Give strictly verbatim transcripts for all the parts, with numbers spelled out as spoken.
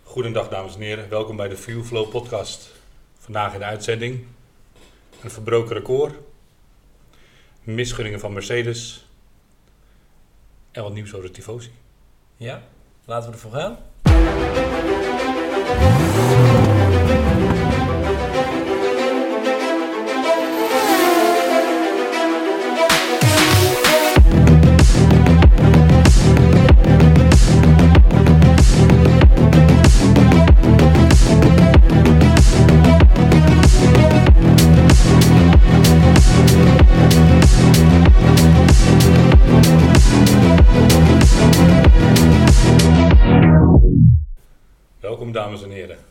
Goedendag dames en heren, welkom bij de Fuel Flow podcast. Vandaag in de uitzending een verbroken record, misgunningen van Mercedes en wat nieuws over de tifosi. Ja, laten we ervoor gaan. Welkom dames en heren.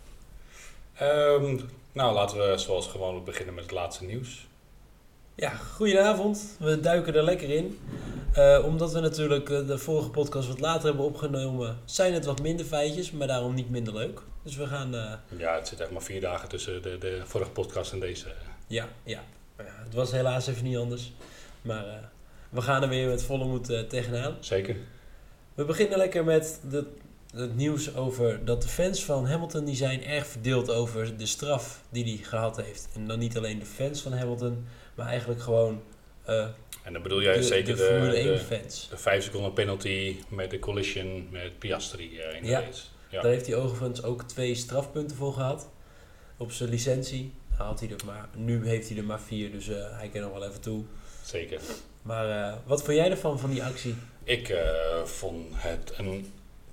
Um, nou, laten we zoals gewoonlijk beginnen met het laatste nieuws. Ja, goedenavond. We duiken er lekker in. Uh, omdat we natuurlijk de vorige podcast wat later hebben opgenomen, zijn het wat minder feitjes, maar daarom niet minder leuk. Dus we gaan... Uh... Ja, het zit echt maar vier dagen tussen de, de vorige podcast en deze. Ja, ja. ja, het was helaas even niet anders. Maar uh, we gaan er weer met volle moed uh, tegenaan. Zeker. We beginnen lekker met de... het nieuws over dat de fans van Hamilton die zijn erg verdeeld over de straf die hij gehad heeft. En dan niet alleen de fans van Hamilton, maar eigenlijk gewoon uh, en dan bedoel jij de, zeker de de, Formule één de, fans. De vijf seconden penalty met de collision met Piastri uh, in de ja, race. Ja, daar heeft hij overigens ook twee strafpunten voor gehad. Op zijn licentie had hij er maar, nu heeft hij er maar vier, dus uh, hij kan nog wel even toe. Zeker. Maar uh, wat vond jij ervan, van die actie? Ik uh, vond het een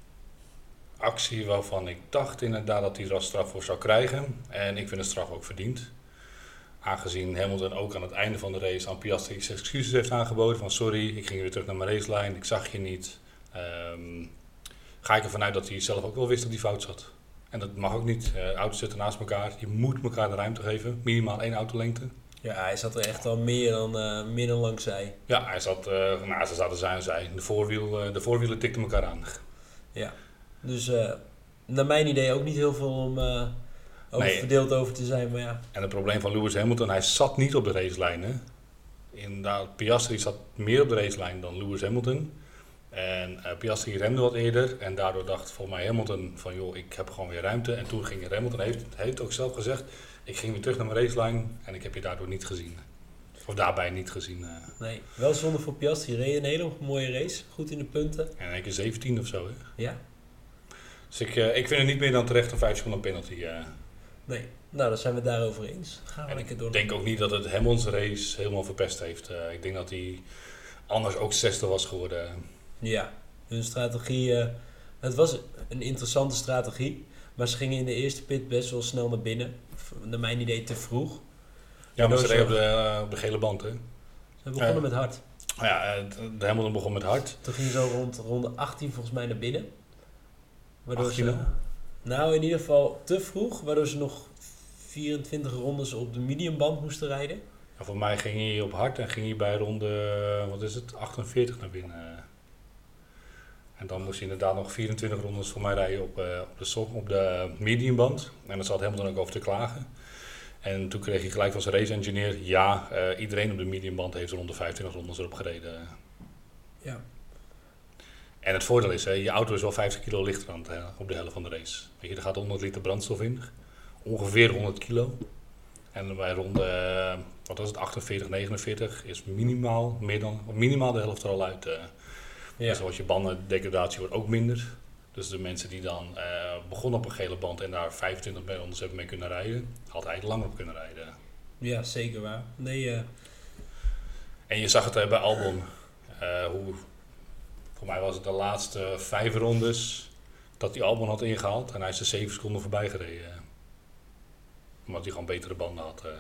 actie waarvan ik dacht inderdaad dat hij er als straf voor zou krijgen. En ik vind de straf ook verdiend. Aangezien Hamilton ook aan het einde van de race aan Piastri excuses heeft aangeboden. Van sorry, ik ging weer terug naar mijn racelijn, ik zag je niet. Um, ga ik ervan uit dat hij zelf ook wel wist dat hij fout zat. En dat mag ook niet. Uh, auto's zitten naast elkaar. Je moet elkaar de ruimte geven. Minimaal één autolengte. Ja, hij zat er echt al meer dan, uh, meer dan langs zij. Ja, hij zat, uh, nou, ze zaten zij en zij. De, voorwiel, uh, de voorwielen tikten elkaar aan. Ja. Dus uh, naar mijn idee ook niet heel veel om uh, over nee. verdeeld over te zijn, maar ja. En het probleem van Lewis Hamilton, hij zat niet op de racelijn. Hè? Inderdaad, Piastri zat meer op de racelijn dan Lewis Hamilton. En uh, Piastri remde wat eerder en daardoor dacht volgens mij Hamilton van joh, ik heb gewoon weer ruimte. En toen ging Hamilton, heeft, heeft ook zelf gezegd, ik ging weer terug naar mijn racelijn en ik heb je daardoor niet gezien. Of daarbij niet gezien. Uh. Nee, wel zonde voor Piastri, reed een hele mooie race, goed in de punten. En in één keer zeventien of zo hè. Ja. Dus ik, uh, ik vind het niet meer dan terecht een vijf seconden penalty. Uh. Nee, nou dan zijn we het daarover eens. Gaan we en lekker ik door. denk ook niet dat het Hamilton's race helemaal verpest heeft. Uh, ik denk dat hij anders ook zesde was geworden. Ja, hun strategie, uh, het was een interessante strategie. Maar ze gingen in de eerste pit best wel snel naar binnen. Naar mijn idee te vroeg. Ja, maar ze reden op de, uh, op de gele band hè. Ze begonnen uh, met hard. Ja, de Hamilton begon met hard. Toen ging zo rond ronde achttien volgens mij naar binnen. Waardoor achttien? Ze, nou, in ieder geval te vroeg, waardoor ze nog vierentwintig rondes op de mediumband moesten rijden. Ja, voor mij ging hij op hard en ging hij bij ronde, wat is het, achtenveertig naar binnen. En dan moest hij inderdaad nog vierentwintig rondes voor mij rijden op, uh, op, de, op de mediumband. En daar zat Hamilton ook over te klagen. En toen kreeg hij gelijk van zijn race engineer, ja, uh, iedereen op de mediumband heeft rond de vijfentwintig rondes erop gereden. Ja. En het voordeel is, hè, je auto is wel vijftig kilo lichter aan het, op de helft van de race. Weet je, er gaat honderd liter brandstof in, ongeveer honderd kilo. En bij ronde, uh, wat was het, achtenveertig, negenenveertig is minimaal, meer dan, minimaal de helft er al uit. Uh. Ja. Dus als je bandendegradatie wordt ook minder. Dus de mensen die dan uh, begonnen op een gele band en daar vijfentwintig rondes hebben mee kunnen rijden, had hij langer op kunnen rijden. Ja, zeker waar. Nee, uh... En je zag het uh, bij Albon, uh, hoe, voor mij was het de laatste vijf rondes dat hij Albon had ingehaald en hij is er zeven seconden voorbij gereden. Omdat hij gewoon betere banden had. Uh.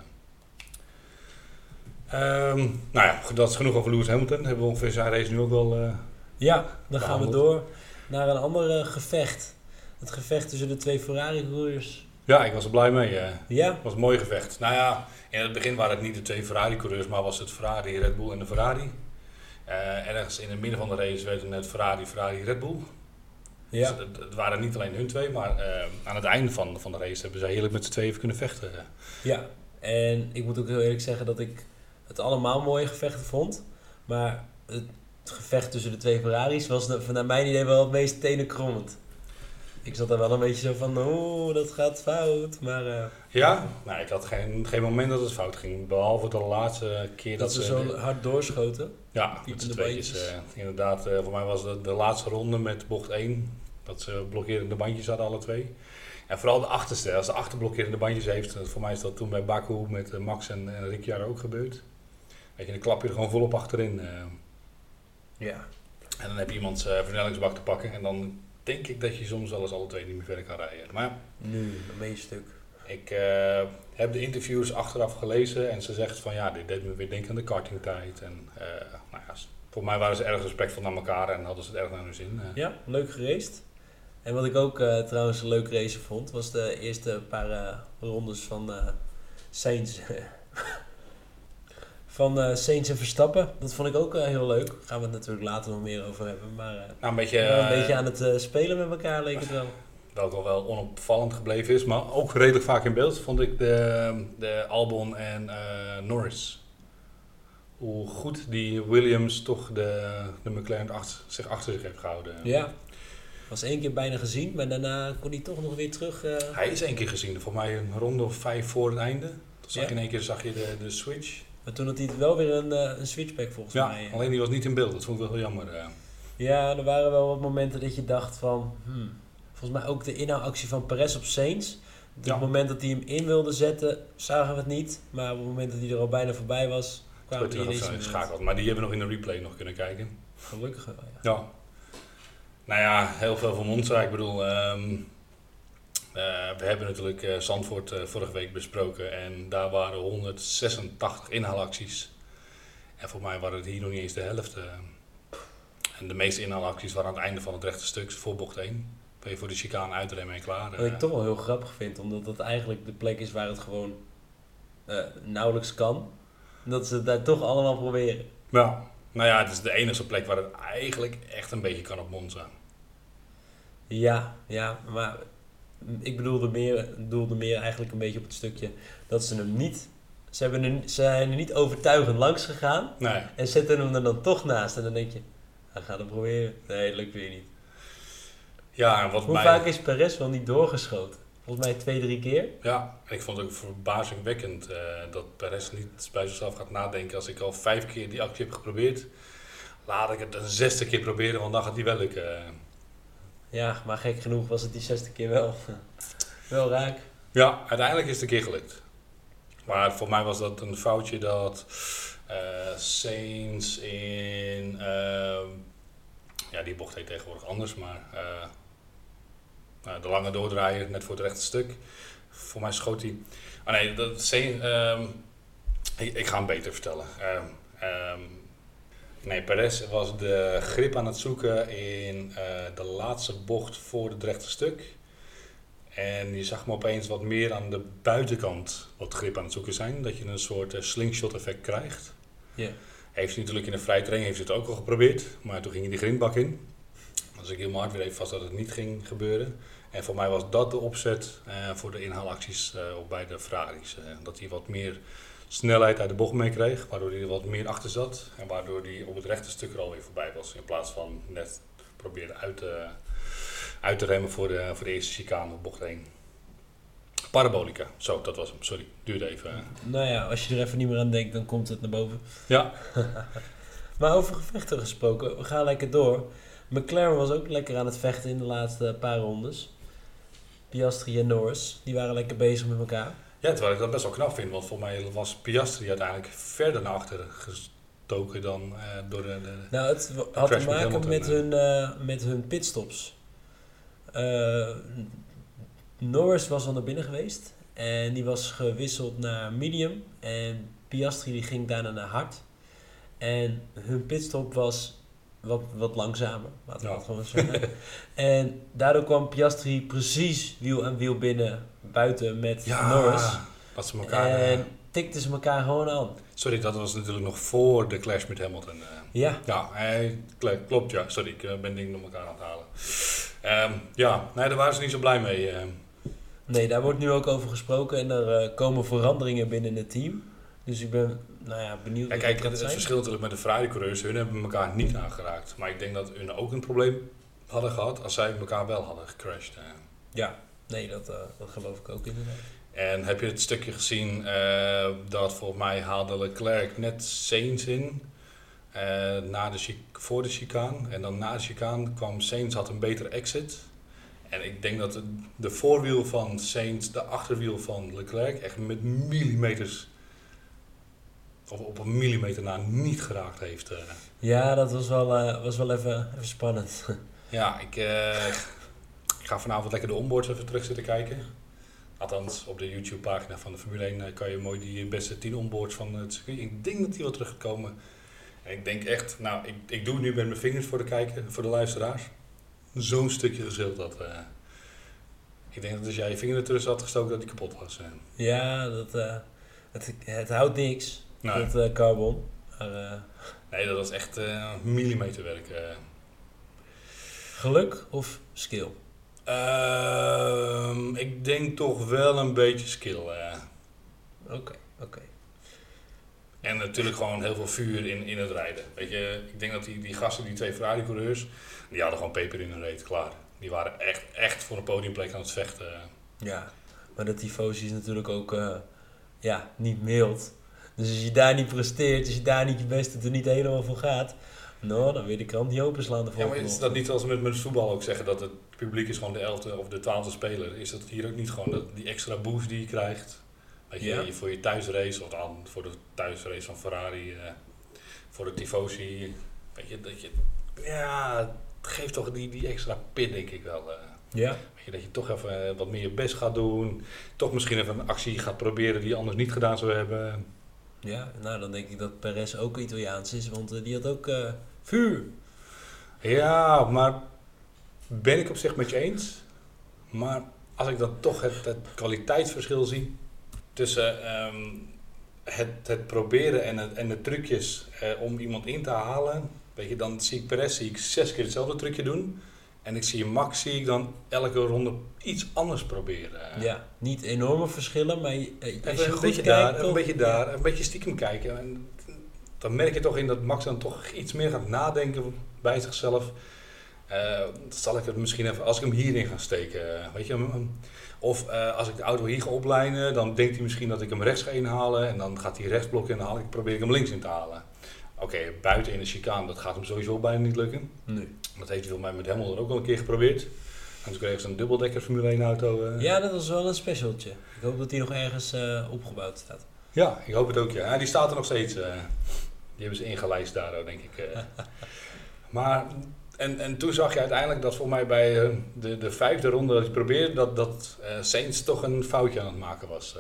Um, nou ja, dat is genoeg over Lewis Hamilton. Hebben we ongeveer zijn race nu ook wel uh, Ja, dan behandeld. Gaan we door naar een ander uh, gevecht. Het gevecht tussen de twee Ferrari-coureurs. Ja, ik was er blij mee. Uh. Ja? Het was een mooi gevecht. Nou ja, in het begin waren het niet de twee Ferrari-coureurs, maar was het Ferrari, Red Bull en de Ferrari. Uh, ergens in het midden van de race werd het Ferrari, Ferrari, Red Bull. Ja. Dus het, het waren niet alleen hun twee, maar uh, aan het einde van, van de race hebben zij heerlijk met z'n tweeën kunnen vechten. Ja, en ik moet ook heel eerlijk zeggen dat ik het allemaal mooie gevechten vond. Maar het gevecht tussen de twee Ferraris was naar mijn idee wel het meest tenenkrommend. Ik zat daar wel een beetje zo van, oh, dat gaat fout. Maar uh, Ja? Nou, ik had geen, geen moment dat het fout ging. Behalve de laatste keer dat, dat, ze zo hard doorschoten. Ja, met z'n tweetjes. Uh, inderdaad, uh, voor mij was het de laatste ronde met bocht één. Dat ze blokkerende bandjes hadden, alle twee. En vooral de achterste. Als de achterblokkerende bandjes heeft, voor mij is dat toen bij Baku met uh, Max en, en Ricciardo ook gebeurd. Weet je, dan klap je er gewoon volop achterin. Uh. Ja. En dan heb je iemands uh, versnellingsbak te pakken. En dan denk ik dat je soms wel eens alle twee niet meer verder kan rijden. Maar ja, nu, een beetje stuk. Ik uh, heb de interviews achteraf gelezen en ze zegt van ja, dit deed me weer denken aan de kartingtijd. En uh, nou ja, voor mij waren ze erg respectvol naar elkaar en hadden ze het erg naar hun zin. Uh. Ja, leuk geraced. En wat ik ook uh, trouwens een leuk race vond, was de eerste paar uh, rondes van uh, Sainz. van uh, Sainz en Verstappen. Dat vond ik ook uh, heel leuk. Daar gaan we het natuurlijk later nog meer over hebben. Maar uh, nou, een beetje, uh, een beetje aan het uh, spelen met elkaar leek het wel. Welke wel onopvallend gebleven is, maar ook redelijk vaak in beeld, vond ik de, de Albon en uh, Norris. Hoe goed die Williams toch de, de McLaren achter, zich achter zich heeft gehouden. Ja, was één keer bijna gezien, maar daarna kon hij toch nog weer terug. Uh... Hij is één keer gezien, voor mij een ronde of vijf voor het einde. Toen zag ja. in één keer zag je de, de switch. Maar toen had hij wel weer een, uh, een switchback volgens ja, mij. Ja, alleen die was niet in beeld, dat vond ik wel heel jammer. Uh. Ja, er waren wel wat momenten dat je dacht van... Hmm. Volgens mij ook de inhoudactie van Perez op Sainz. Op ja. het moment dat hij hem in wilde zetten, zagen we het niet. Maar op het moment dat hij er al bijna voorbij was, kwamen we ineens in geschakeld. Maar die hebben we nog in de replay nog kunnen kijken. Gelukkig wel, ja. Ja. Nou ja, heel veel van Monza. Ik bedoel, um, uh, we hebben natuurlijk uh, Zandvoort uh, vorige week besproken. En daar waren honderdzesentachtig inhaalacties. En voor mij waren het hier nog niet eens de helft. Uh. En de meeste inhaalacties waren aan het einde van het rechte stuk, voor bocht één. Voor de chicane uitremmen en klaar. Wat ik toch wel heel grappig vind, omdat dat eigenlijk de plek is waar het gewoon uh, nauwelijks kan. Dat ze het daar toch allemaal proberen. Ja, nou ja, het is de enige plek waar het eigenlijk echt een beetje kan op Monza. Ja, ja, maar ik bedoelde meer, bedoelde meer eigenlijk een beetje op het stukje dat ze hem niet... Ze, hebben er, ze zijn er niet overtuigend langs gegaan. Nee. En zetten hem er dan toch naast. En dan denk je, hij gaat het proberen. Nee, dat lukt weer niet. Ja, en wat Hoe mij... vaak is Perez wel niet doorgeschoten? Volgens mij twee, drie keer. Ja, ik vond het ook verbazingwekkend uh, dat Perez niet bij zichzelf gaat nadenken. Als ik al vijf keer die actie heb geprobeerd, laat ik het een zesde keer proberen, want dan gaat die wel lukken. Ja, maar gek genoeg was het die zesde keer wel, wel raak. Ja, uiteindelijk is het een keer gelukt. Maar voor mij was dat een foutje dat uh, Sainz in... Uh, ja, die bocht heet tegenwoordig anders, maar... Uh, Nou, de lange doordraaien, net voor het rechte stuk. Voor mij schoot hij... Ah nee, dat is um, ik, ik ga hem beter vertellen. Um, um, nee, Perez was de grip aan het zoeken in uh, de laatste bocht voor het rechte stuk. En je zag hem opeens wat meer aan de buitenkant wat grip aan het zoeken zijn. Dat je een soort uh, slingshot effect krijgt. Yeah. Heeft hij natuurlijk in een vrije training heeft hij het ook al geprobeerd. Maar toen ging hij die grindbak in. Als ik heel hard weer even vast dat het niet ging gebeuren. En voor mij was dat de opzet uh, voor de inhaalacties uh, bij de Ferraris. Uh, dat hij wat meer snelheid uit de bocht mee kreeg, waardoor hij er wat meer achter zat. En waardoor hij op het rechte stuk er alweer voorbij was. In plaats van net proberen uit te, uit te remmen voor de, voor de eerste chicane op bocht één. Parabolica, zo, dat was hem. Sorry, duurde even. Uh. Nou ja, als je er even niet meer aan denkt, dan komt het naar boven. Ja. Maar over gevechten gesproken, we gaan lekker door. McLaren was ook lekker aan het vechten in de laatste paar rondes. Piastri en Norris, die waren lekker bezig met elkaar. Ja, terwijl ik dat best wel knap vind, want voor mij was Piastri uiteindelijk verder naar achteren gestoken dan uh, door de, de Nou, het w- had te maken met, met, hun, uh, met hun pitstops. Uh, Norris was al naar binnen geweest en die was gewisseld naar medium en Piastri die ging daarna naar hard. En hun pitstop was wat, wat langzamer, laten we ja. dat gewoon zeggen. En daardoor kwam Piastri precies wiel aan wiel binnen buiten met ja, Norris. Dat ze elkaar, en uh, tikten ze elkaar gewoon aan. Sorry, dat was natuurlijk nog voor de clash met Hamilton. Uh, ja. Ja, hij, klopt ja. Sorry, ik uh, ben dingen door elkaar aan het halen. Um, ja, nee, daar waren ze niet zo blij mee. Uh. Nee, daar wordt nu ook over gesproken en er uh, komen veranderingen binnen het team. Dus ik ben nou ja, benieuwd. Ja, kijk, het, het verschil natuurlijk met de Ferrari-coureurs, hun hebben elkaar niet aangeraakt. Maar ik denk dat hun ook een probleem hadden gehad als zij elkaar wel hadden gecrashed. Uh. Ja, nee, dat, uh, dat geloof ik ook inderdaad. En heb je het stukje gezien uh, dat volgens mij haalde Leclerc net Sainz in uh, na de chic- voor de chicane. En dan na de chicane kwam Sainz, had een betere exit. En ik denk dat de, de voorwiel van Sainz de achterwiel van Leclerc echt met millimeters, of op een millimeter na, niet geraakt heeft. Uh. Ja, dat was wel, uh, was wel even, even spannend. Ja, ik, uh, ik ga vanavond lekker de onboards even terug zitten kijken. Althans, op de YouTube-pagina van de Formule één kan je mooi die beste tien onboards van het circuit. Ik denk dat die wel terug gaat komen. En ik denk echt, nou, ik, ik doe het nu met mijn vingers voor de kijker, voor de luisteraars. Zo'n stukje geschild dat... Uh, ik denk dat als jij je vinger er tussen had gestoken, dat die kapot was. Uh. Ja, dat, uh, het, het houdt niks, Nee. dat uh, carbon. Maar, uh, nee, dat was echt uh, millimeterwerk. Uh. Geluk of skill? Uh, ik denk toch wel een beetje skill. Oké, uh. oké. Okay, okay. En natuurlijk gewoon heel veel vuur in, in het rijden. Weet je, ik denk dat die, die gasten, die twee Ferrari-coureurs, die hadden gewoon peper in hun reet, klaar. Die waren echt, echt voor een podiumplek aan het vechten. Ja, maar de tifosi is natuurlijk ook uh, ja, niet mild. Dus als je daar niet presteert, als je daar niet je beste er niet helemaal voor gaat, nou, dan wil je de krant niet openslaan de volgende. Ja, maar is dat niet als we met, met voetbal ook zeggen dat het publiek is gewoon de elfde of de twaalfde speler? Is dat hier ook niet gewoon dat, die extra boost die je krijgt? Weet je, ja. Voor je thuisrace of dan voor de thuisrace van Ferrari, uh, voor de tifosi, weet je, dat je, ja, het geeft toch die, die extra pit, denk ik wel. Uh. Ja. Weet je, dat je toch even wat meer je best gaat doen, toch misschien even een actie gaat proberen die je anders niet gedaan zou hebben. Ja, nou dan denk ik dat Perez ook Italiaans is, want uh, die had ook uh, vuur. Ja, maar ben ik op zich met je eens. Maar als ik dan toch het, het kwaliteitsverschil zie tussen um, het, het proberen en, het, en de trucjes uh, om iemand in te halen. Weet je, dan zie ik Perez zie ik zes keer hetzelfde trucje doen. En ik zie Max zie ik dan elke ronde iets anders proberen. Ja, niet enorme verschillen, maar je, als even je een goed beetje kijkt, daar, toch, een beetje daar, een beetje stiekem kijken. En dan merk je toch in dat Max dan toch iets meer gaat nadenken bij zichzelf. Uh, zal ik het misschien even, als ik hem hierin ga steken, weet je, of uh, als ik de auto hier ga oplijnen, dan denkt hij misschien dat ik hem rechts ga inhalen en dan gaat hij rechtsblok inhalen, ik probeer ik hem links in te halen. Oké, okay, buiten in de chicane, dat gaat hem sowieso bijna niet lukken. Nee. Dat heeft hij volgens mij met Hamilton ook al een keer geprobeerd. En toen kreeg ze een dubbeldekker Formule één auto. Uh. Ja, dat was wel een specialtje. Ik hoop dat die nog ergens uh, opgebouwd staat. Ja, ik hoop het ook, ja. ja die staat er nog steeds. Uh, die hebben ze ingelijst daar, denk ik. Uh. maar... En, en toen zag je uiteindelijk dat volgens mij bij uh, de, de vijfde ronde dat hij probeerde, dat, dat uh, Sainz toch een foutje aan het maken was. Uh.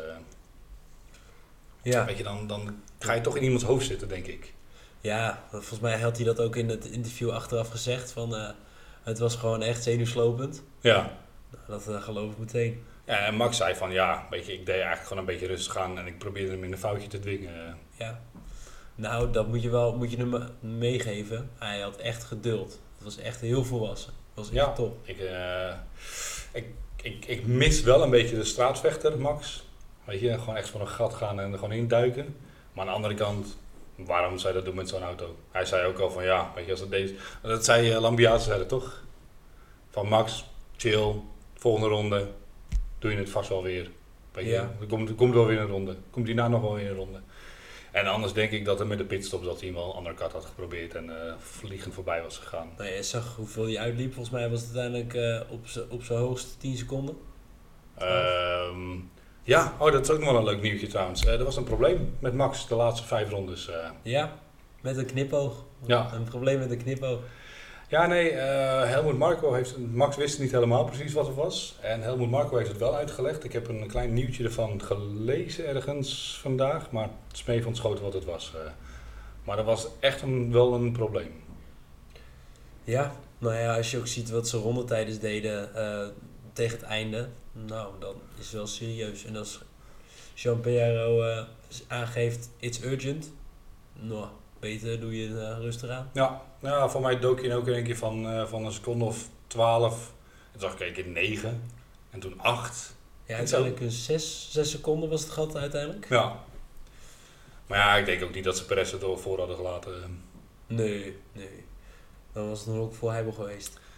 Ja. Weet je, dan, dan ga je toch in iemands hoofd zitten, denk ik. Ja, volgens mij had hij dat ook in het interview achteraf gezegd. Van, uh, het was gewoon echt zenuwslopend. Ja. Nou, dat uh, geloof ik meteen. Ja, en Max zei van ja, weet je, ik deed eigenlijk gewoon een beetje rustig aan en ik probeerde hem in een foutje te dwingen. Ja. Nou, dat moet je wel moet je hem meegeven. Hij had echt geduld. Het was echt heel volwassen. Het was echt ja, top. Ik, uh, ik, ik, ik mis wel een beetje de straatvechter, Max. Weet je, gewoon echt voor een gat gaan en er gewoon induiken. Maar aan de andere kant, waarom zou je dat doen met zo'n auto? Hij zei ook al van ja, weet je, als het deze... Dat zei uh, Lambiase, zei dat toch? Van Max, chill, volgende ronde, doe je het vast wel weer. Weet je, Ja. er komt, er komt wel weer een ronde. Komt hierna nog wel weer een ronde. En anders denk ik dat er met de pitstop dat hij hem wel een andere kat had geprobeerd en uh, vliegend voorbij was gegaan. Nou, je zag hoeveel hij uitliep. Volgens mij was het uiteindelijk uh, op zijn op zijn hoogste tien seconden. Um, ja, oh, dat is ook nog wel een leuk nieuwtje trouwens. Uh, er was een probleem met Max de laatste vijf rondes. Uh. Ja, met een knipoog. Ja. Een probleem met een knipoog. Ja, nee, uh, Helmut Marko heeft... Max wist niet helemaal precies wat het was. En Helmut Marko heeft het wel uitgelegd. Ik heb een klein nieuwtje ervan gelezen ergens vandaag. Maar het is me even ontschoten wat het was. Uh, maar dat was echt een, wel een probleem. Ja, nou ja, als je ook ziet wat ze rondetijdens deden uh, tegen het einde. Nou, dan is het wel serieus. En als Gianpiero uh, aangeeft, it's urgent. Nou, beter doe je uh, rustig aan. Ja, ja, voor mij dook je ook in een keer van, uh, van een seconde of twaalf. Toen zag ik een keer negen. En toen acht. Ja, uiteindelijk een zes, zes seconden was het gat uiteindelijk. Ja. Maar ja, ik denk ook niet dat ze Perez er voor hadden gelaten. Nee, nee. Dan was het nog ook voor Heibel geweest.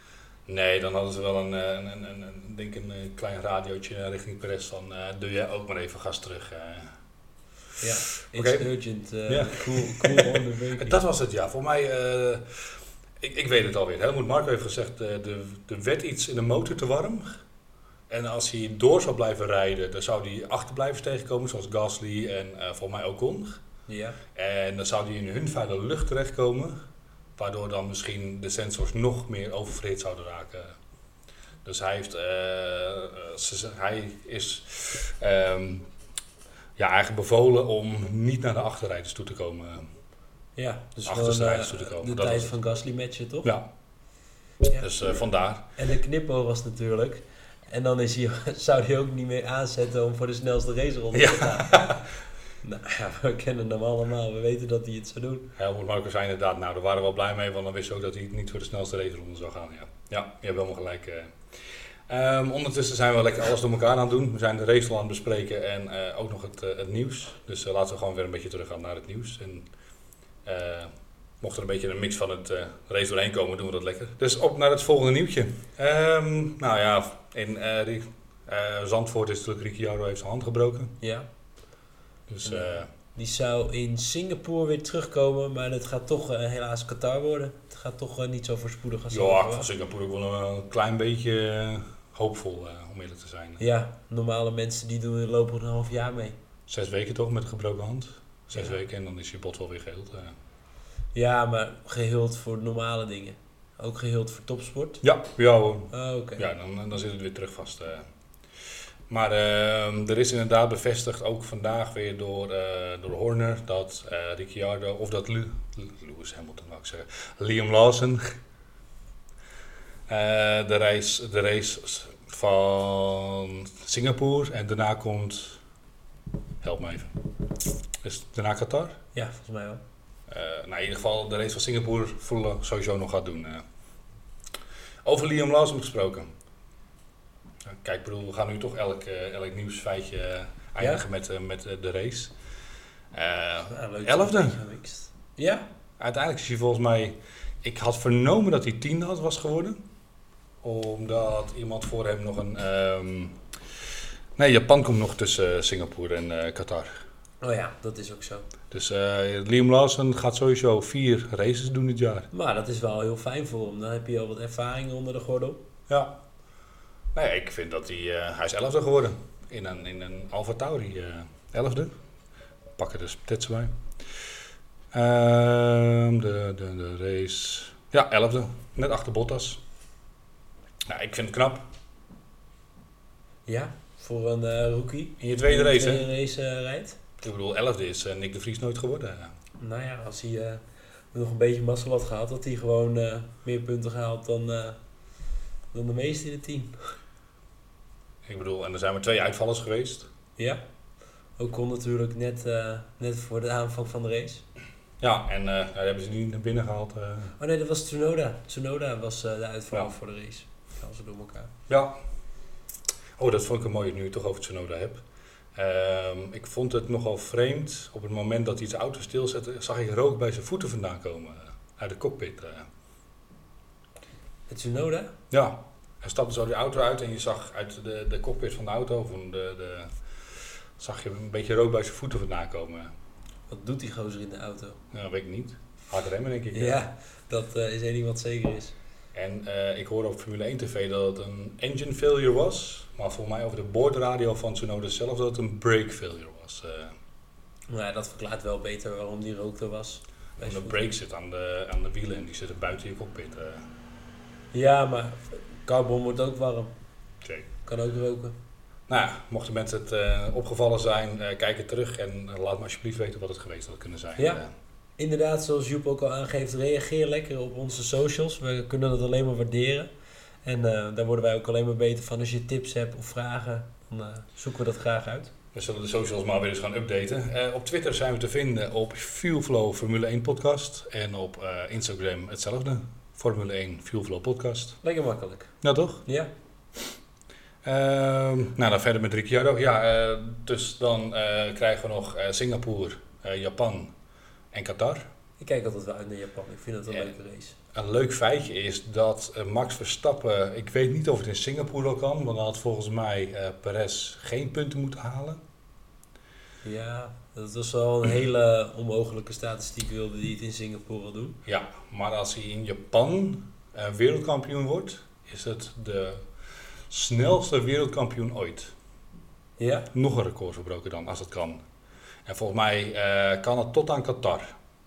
Nee, dan hadden ze wel een, een, een, een, een, denk een, een klein radiootje richting Perez van uh, doe jij ook maar even gas terug. Uh. Ja, it's okay. urgent, uh, ja. cool, cool on the braking. Dat was het, ja. Voor mij, uh, ik, ik weet het alweer. Helmut Marko heeft gezegd, uh, de, er werd iets in de motor te warm. En als hij door zou blijven rijden, dan zou hij achterblijvers tegenkomen, zoals Gasly en uh, volgens mij Ocon. Ja. En dan zou hij in hun vuile lucht terechtkomen, waardoor dan misschien de sensors nog meer oververhit zouden raken. Dus hij, heeft, uh, ze, hij is um, ja, eigenlijk bevolen om niet naar de achterrijders toe te komen. Ja, dus achterste gewoon, rijders uh, toe te komen. de dat tijd was van Gasly matchen, toch? Ja, ja. dus uh, vandaar. En de knipoog was natuurlijk... En dan is hij, zou hij ook niet meer aanzetten om voor de snelste raceronde ja. te gaan. Nou ja, we kennen hem allemaal. We weten dat hij het zou doen. Helmut Marko zei inderdaad, nou daar waren we wel blij mee, want dan wist je ook dat hij niet voor de snelste raceronde zou gaan. Ja, ja je hebt helemaal gelijk. Uh. Um, ondertussen zijn we lekker alles door elkaar aan het doen. We zijn de race al aan het bespreken en uh, ook nog het, uh, het nieuws. Dus uh, laten we gewoon weer een beetje terug gaan naar het nieuws. En, uh, mocht er een beetje een mix van het uh, race doorheen komen, doen we dat lekker. Dus op naar het volgende nieuwtje. Um, nou ja, in uh, die, uh, Zandvoort is natuurlijk Ricciardo heeft zijn hand gebroken. Ja. Dus, uh, die zou in Singapore weer terugkomen, maar het gaat toch uh, helaas Qatar worden. Het gaat toch uh, niet zo voorspoedig als ja, ik van Singapore ook wel een klein beetje uh, hoopvol, uh, om eerlijk te zijn. Ja, normale mensen die doen, lopen er een half jaar mee. Zes weken toch, met een gebroken hand? Zes ja. weken en dan is je bot wel weer geheeld. Uh. Ja, maar geheeld voor normale dingen. Ook geheeld voor topsport? Ja, ja hoor. Oh, okay. Ja, dan, dan zit het weer terug vast. Uh. Maar uh, er is inderdaad bevestigd, ook vandaag weer door, uh, door Horner, dat uh, Ricciardo, of dat Lu, Lewis Hamilton wou ik zeggen, Liam Lawson, uh, de, reis, de race van Singapore en daarna komt, help me even, is het daarna Qatar? Ja, volgens mij wel. Uh, nou, in ieder geval de race van Singapore volle sowieso nog gaat doen. Uh. Over Liam Lawson gesproken. Kijk, bedoel, we gaan nu toch elk, uh, elk nieuwsfeitje uh, eindigen ja? met, uh, met uh, de race. Uh, ja, elfde. Ja. Uiteindelijk is hij volgens mij... Ik had vernomen dat hij tiende had was geworden. Omdat iemand voor hem nog een... Um, nee, Japan komt nog tussen Singapore en uh, Qatar. Oh ja, dat is ook zo. Dus uh, Liam Lawson gaat sowieso vier races doen dit jaar. Maar dat is wel heel fijn voor hem. Dan heb je al wat ervaring onder de gordel. Ja. Nee, ik vind dat hij... Uh, hij is elfde geworden. In een, in een Alfa Tauri. Uh, elfde. Pakken de stats bij. Uh, de, de, de race... Ja, elfde. Net achter Bottas. Nou, ik vind het knap. Ja, voor een uh, rookie. In je tweede race, tweede hè? race uh, rijdt. Ik bedoel, elfde is uh, Nick de Vries nooit geworden. Nou ja, als hij uh, nog een beetje mazzel had gehad, had hij gewoon uh, meer punten gehaald dan, uh, dan de meeste in het team. Ik bedoel, en er zijn maar twee uitvallers geweest. Ja, ook kon natuurlijk net, uh, net voor de aanvang van de race. Ja, en uh, daar hebben ze niet naar binnen gehaald. Uh. Oh nee, dat was Tsunoda. Tsunoda was uh, de uitvaller ja. voor de race. Gaan ze door elkaar. Ja. Oh, dat vond ik een mooie, nu je het toch over Tsunoda hebt. Um, ik vond het nogal vreemd. Op het moment dat hij zijn auto stilzette, zag ik rook bij zijn voeten vandaan komen. Uh, uit de cockpit. Uh. Het Tsunoda? Ja. Hij stapte zo die auto uit en je zag uit de, de cockpit van de auto, van de, de, zag je een beetje rook bij zijn voeten vandaan komen. Wat doet die gozer in de auto? Nou, weet ik niet. Hard remmen, denk ik. Ja, dat uh, is één ding wat zeker is. En uh, ik hoorde op Formule één tv dat het een engine failure was. Maar volgens mij over de boordradio van Tsunoda zelf dat het een brake failure was. Uh, nou ja, dat verklaart wel beter waarom die rook er was. De brake zit aan de, aan de wielen en die zitten buiten je cockpit. Uh. Ja, maar carbon wordt ook warm. Okay. Kan ook roken. Nou ja, mochten mensen het uh, opgevallen zijn, uh, kijk het terug en uh, laat me alsjeblieft weten wat het geweest had kunnen zijn. Ja, uh. inderdaad, zoals Joep ook al aangeeft, reageer lekker op onze socials. We kunnen dat alleen maar waarderen. En uh, daar worden wij ook alleen maar beter van. Als je tips hebt of vragen, dan uh, zoeken we dat graag uit. We zullen de socials maar weer eens gaan updaten. Uh, op Twitter zijn we te vinden op Fuelflow Formule één podcast. En op uh, Instagram hetzelfde. Formule één Fuelflow podcast. Lekker makkelijk. Nou toch? Ja. Uh, nou, dan verder met Ricciardo. Ja, uh, dus dan uh, krijgen we nog uh, Singapore, uh, Japan en Qatar. Ik kijk altijd wel uit naar Japan. Ik vind dat een en, leuke race. een leuk feitje is dat uh, Max Verstappen, ik weet niet of het in Singapore al kan, want dan had volgens mij uh, Perez geen punten moeten halen. Ja, dat was wel een hele onmogelijke statistiek, wilde hij het in Singapore al doen. Ja, maar als hij in Japan uh, wereldkampioen wordt, is het de snelste wereldkampioen ooit. Ja? Nog een record verbroken dan, als het kan. En volgens mij uh, kan het tot aan Qatar.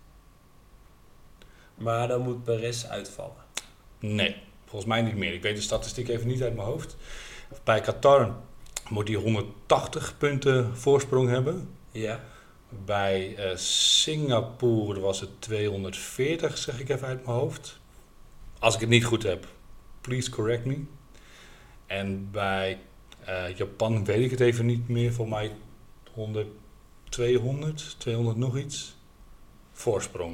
Maar dan moet Perez uitvallen. Nee, volgens mij niet meer. Ik weet de statistiek even niet uit mijn hoofd. Bij Qatar moet hij honderdtachtig punten voorsprong hebben. Ja. Bij uh, Singapore was het tweehonderdveertig, zeg ik even uit mijn hoofd. Als ik het niet goed heb, please correct me. En bij uh, Japan weet ik het even niet meer. Voor mij honderd, tweehonderd, tweehonderd nog iets. Voorsprong.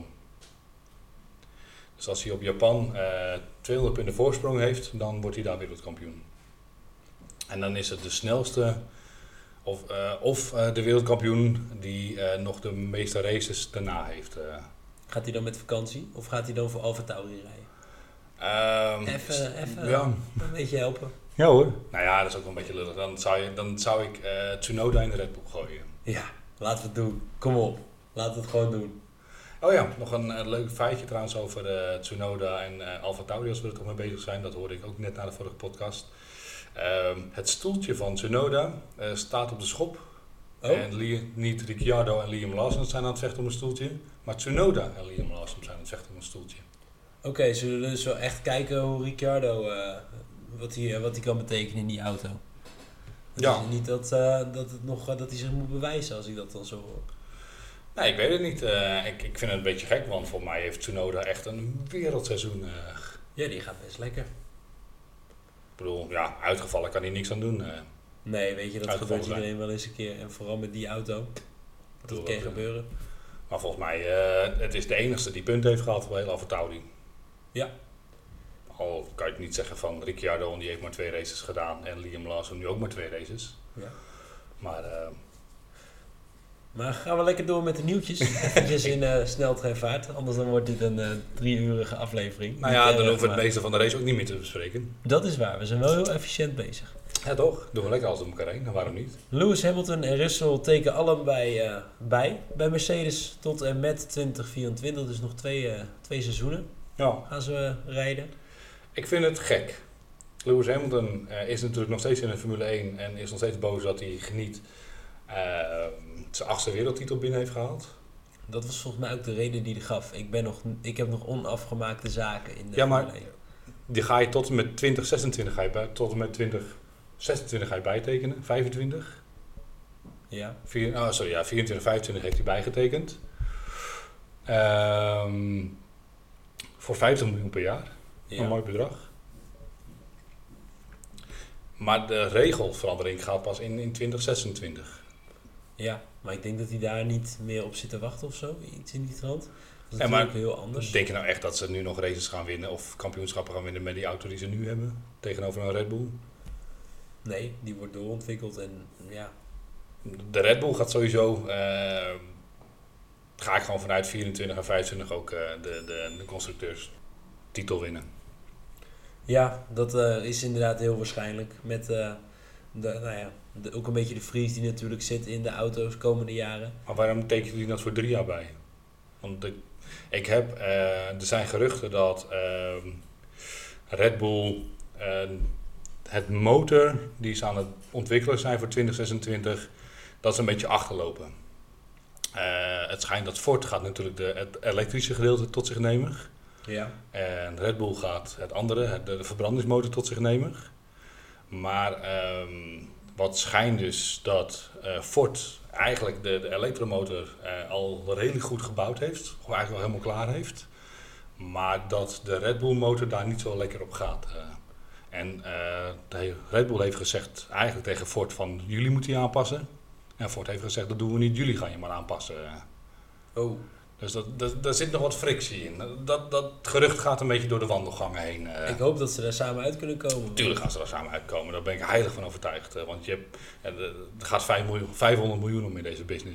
Dus als hij op Japan uh, tweehonderd punten voorsprong heeft, dan wordt hij daar wereldkampioen. En dan is het de snelste, of, uh, of uh, de wereldkampioen die uh, nog de meeste races daarna heeft. Uh. Gaat hij dan met vakantie? Of gaat hij dan voor AlphaTauri rijden? Um, even even ja. een beetje helpen. Ja hoor. Nou ja, dat is ook wel een beetje lullig. Dan zou, je, dan zou ik uh, Tsunoda in de Red Bull gooien. Ja, laten we het doen. Kom op. Laten we het gewoon doen. Oh ja, nog een, een leuk feitje trouwens over uh, Tsunoda en uh, AlphaTauri, als we er toch mee bezig zijn. Dat hoorde ik ook net na de vorige podcast. Uh, het stoeltje van Tsunoda uh, staat op de schop. Oh. En Liam, niet Ricciardo en Liam Lawson zijn aan het vechten om een stoeltje. Maar Tsunoda en Liam Lawson zijn aan het vechten om een stoeltje. Oké, okay, zullen we dus wel echt kijken hoe Ricciardo, uh, wat hij wat hij kan betekenen in die auto? Het ja. is niet dat, uh, dat, het nog, uh, dat hij zich moet bewijzen als ik dat dan zo hoor. Nee, ik weet het niet. Uh, ik, ik vind het een beetje gek, want voor mij heeft Tsunoda echt een wereldseizoen. Uh, ja, die gaat best lekker. Ik bedoel, ja, uitgevallen kan hij niks aan doen. Uh, nee, weet je, dat gebeurt iedereen wel eens een keer. En vooral met die auto. Dat kan gebeuren. Maar volgens mij, uh, het is de enigste die punten heeft gehad voor heel AlphaTauri. Ja. Al kan je het niet zeggen van Ricciardo, die heeft maar twee races gedaan. En Liam Lawson nu ook maar twee races. Ja. Maar... Uh, Maar gaan we lekker door met de nieuwtjes. Eventjes in uh, sneltreinvaart. Anders dan wordt dit een uh, drie-urige aflevering. Nou ja, dan hoeven we het meeste van de race ook niet meer te bespreken. Dat is waar. We zijn wel heel efficiënt bezig. Ja toch? Doen we lekker alles door elkaar heen. En waarom niet? Lewis Hamilton en Russell tekenen allebei uh, bij. Bij Mercedes tot en met twintig vierentwintig. Dus nog twee, uh, twee seizoenen ja. gaan ze uh, rijden. Ik vind het gek. Lewis Hamilton uh, is natuurlijk nog steeds in de Formule één. En is nog steeds boos dat hij geniet... Uh, zijn achtste wereldtitel binnen heeft gehaald. Dat was volgens mij ook de reden die hij gaf. Ik, ben nog, ik heb nog onafgemaakte zaken in de ja, maar die ga je tot en met twintig zesentwintig ga je bij, tot en met twintig zesentwintig ga je bijtekenen. vijfentwintig Ja. Vier, oh, sorry, ja, vierentwintig, vijfentwintig heeft hij bijgetekend. Um, voor vijftig miljoen per jaar. Ja. Een mooi bedrag. Maar de regelverandering gaat pas in, in twintig zesentwintig. Ja, maar ik denk dat hij daar niet meer op zit te wachten of zo. Iets in die trant. Dat is ja, natuurlijk heel anders. Denk je nou echt dat ze nu nog races gaan winnen of kampioenschappen gaan winnen met die auto die ze nu hebben? Tegenover een Red Bull? Nee, die wordt doorontwikkeld en ja. De Red Bull gaat sowieso, uh, ga ik gewoon vanuit vierentwintig en vijfentwintig ook uh, de, de, de constructeurstitel winnen. Ja, dat uh, is inderdaad heel waarschijnlijk. Met uh, de, nou ja, de, ook een beetje de Vries die natuurlijk zit in de auto's komende jaren. Maar waarom tekenen jullie dat voor drie jaar bij? Want de, ik heb, uh, er zijn geruchten dat uh, Red Bull uh, het motor die ze aan het ontwikkelen zijn voor twintig zesentwintig, dat is een beetje achterlopen. Uh, het schijnt dat Ford gaat natuurlijk de, het elektrische gedeelte tot zich nemen. Ja. En Red Bull gaat het andere, de, de verbrandingsmotor tot zich nemen. Maar um, wat schijnt dus dat uh, Ford eigenlijk de, de elektromotor uh, al redelijk goed gebouwd heeft. Of eigenlijk wel helemaal klaar heeft. Maar dat de Red Bull motor daar niet zo lekker op gaat. Uh, en uh, de Red Bull heeft gezegd eigenlijk tegen Ford van jullie moeten je aanpassen. En Ford heeft gezegd dat doen we niet, jullie gaan je maar aanpassen. Oh. Dus dat, dat, daar zit nog wat frictie in. Dat, dat gerucht gaat een beetje door de wandelgangen heen. Uh. Ik hoop dat ze daar samen uit kunnen komen. Tuurlijk gaan ze daar samen uitkomen. Daar ben ik heilig van overtuigd. Uh, want je hebt, uh, er gaat vijfhonderd miljoen om in deze business.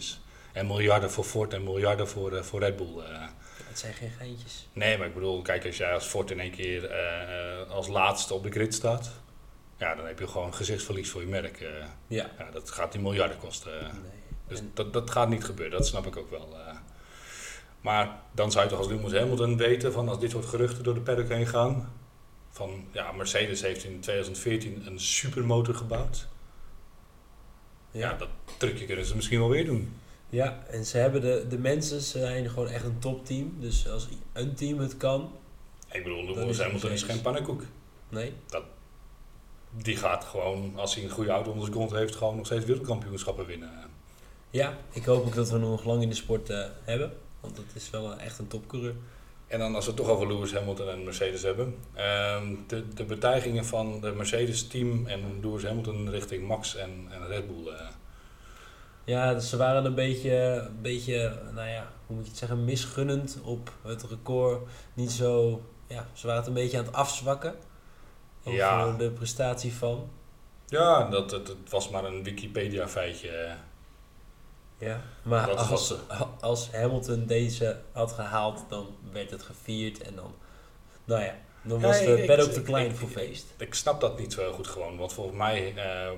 En miljarden voor Ford en miljarden voor, uh, voor Red Bull. Uh. Het zijn geen geintjes. Nee, maar ik bedoel, kijk, als jij als Ford in één keer uh, als laatste op de grid staat, ja, dan heb je gewoon gezichtsverlies voor je merk. Uh. Ja. ja. Dat gaat die miljarden kosten. Uh. Nee. Dus en... dat, dat gaat niet gebeuren, dat snap ik ook wel. Uh. Maar dan zou je toch als Lewis Hamilton weten, van als dit soort geruchten door de paddock heen gaan, van ja, Mercedes heeft in twintig veertien een supermotor gebouwd. Ja, ja dat trucje kunnen ze misschien wel weer doen. Ja, en ze hebben de, de mensen, ze zijn gewoon echt een topteam. Dus als een team het kan... Ik bedoel, Lewis Hamilton is geen pannenkoek. Nee. Dat, die gaat gewoon, als hij een goede auto onder zijn kont heeft, gewoon nog steeds wereldkampioenschappen winnen. Ja, ik hoop ook dat we nog lang in de sport uh, hebben. Want het is wel echt een topcoureur. En dan als we het toch over Lewis Hamilton en Mercedes hebben. Uh, de, de betuigingen van de Mercedes team en Lewis Hamilton richting Max en, en Red Bull. Uh. Ja, dus ze waren een beetje, een beetje, nou ja, hoe moet je het zeggen, misgunnend op het record. Niet zo, ja, ze waren het een beetje aan het afzwakken. Over ja. de prestatie van. Ja, dat, het, het was maar een Wikipedia feitje. Ja, maar dat als, als Hamilton deze had gehaald, dan werd het gevierd en dan, nou ja, dan was ja, de paddock te klein ik, voor ik, feest. Ik, ik snap dat niet zo heel goed gewoon, want volgens mij, uh,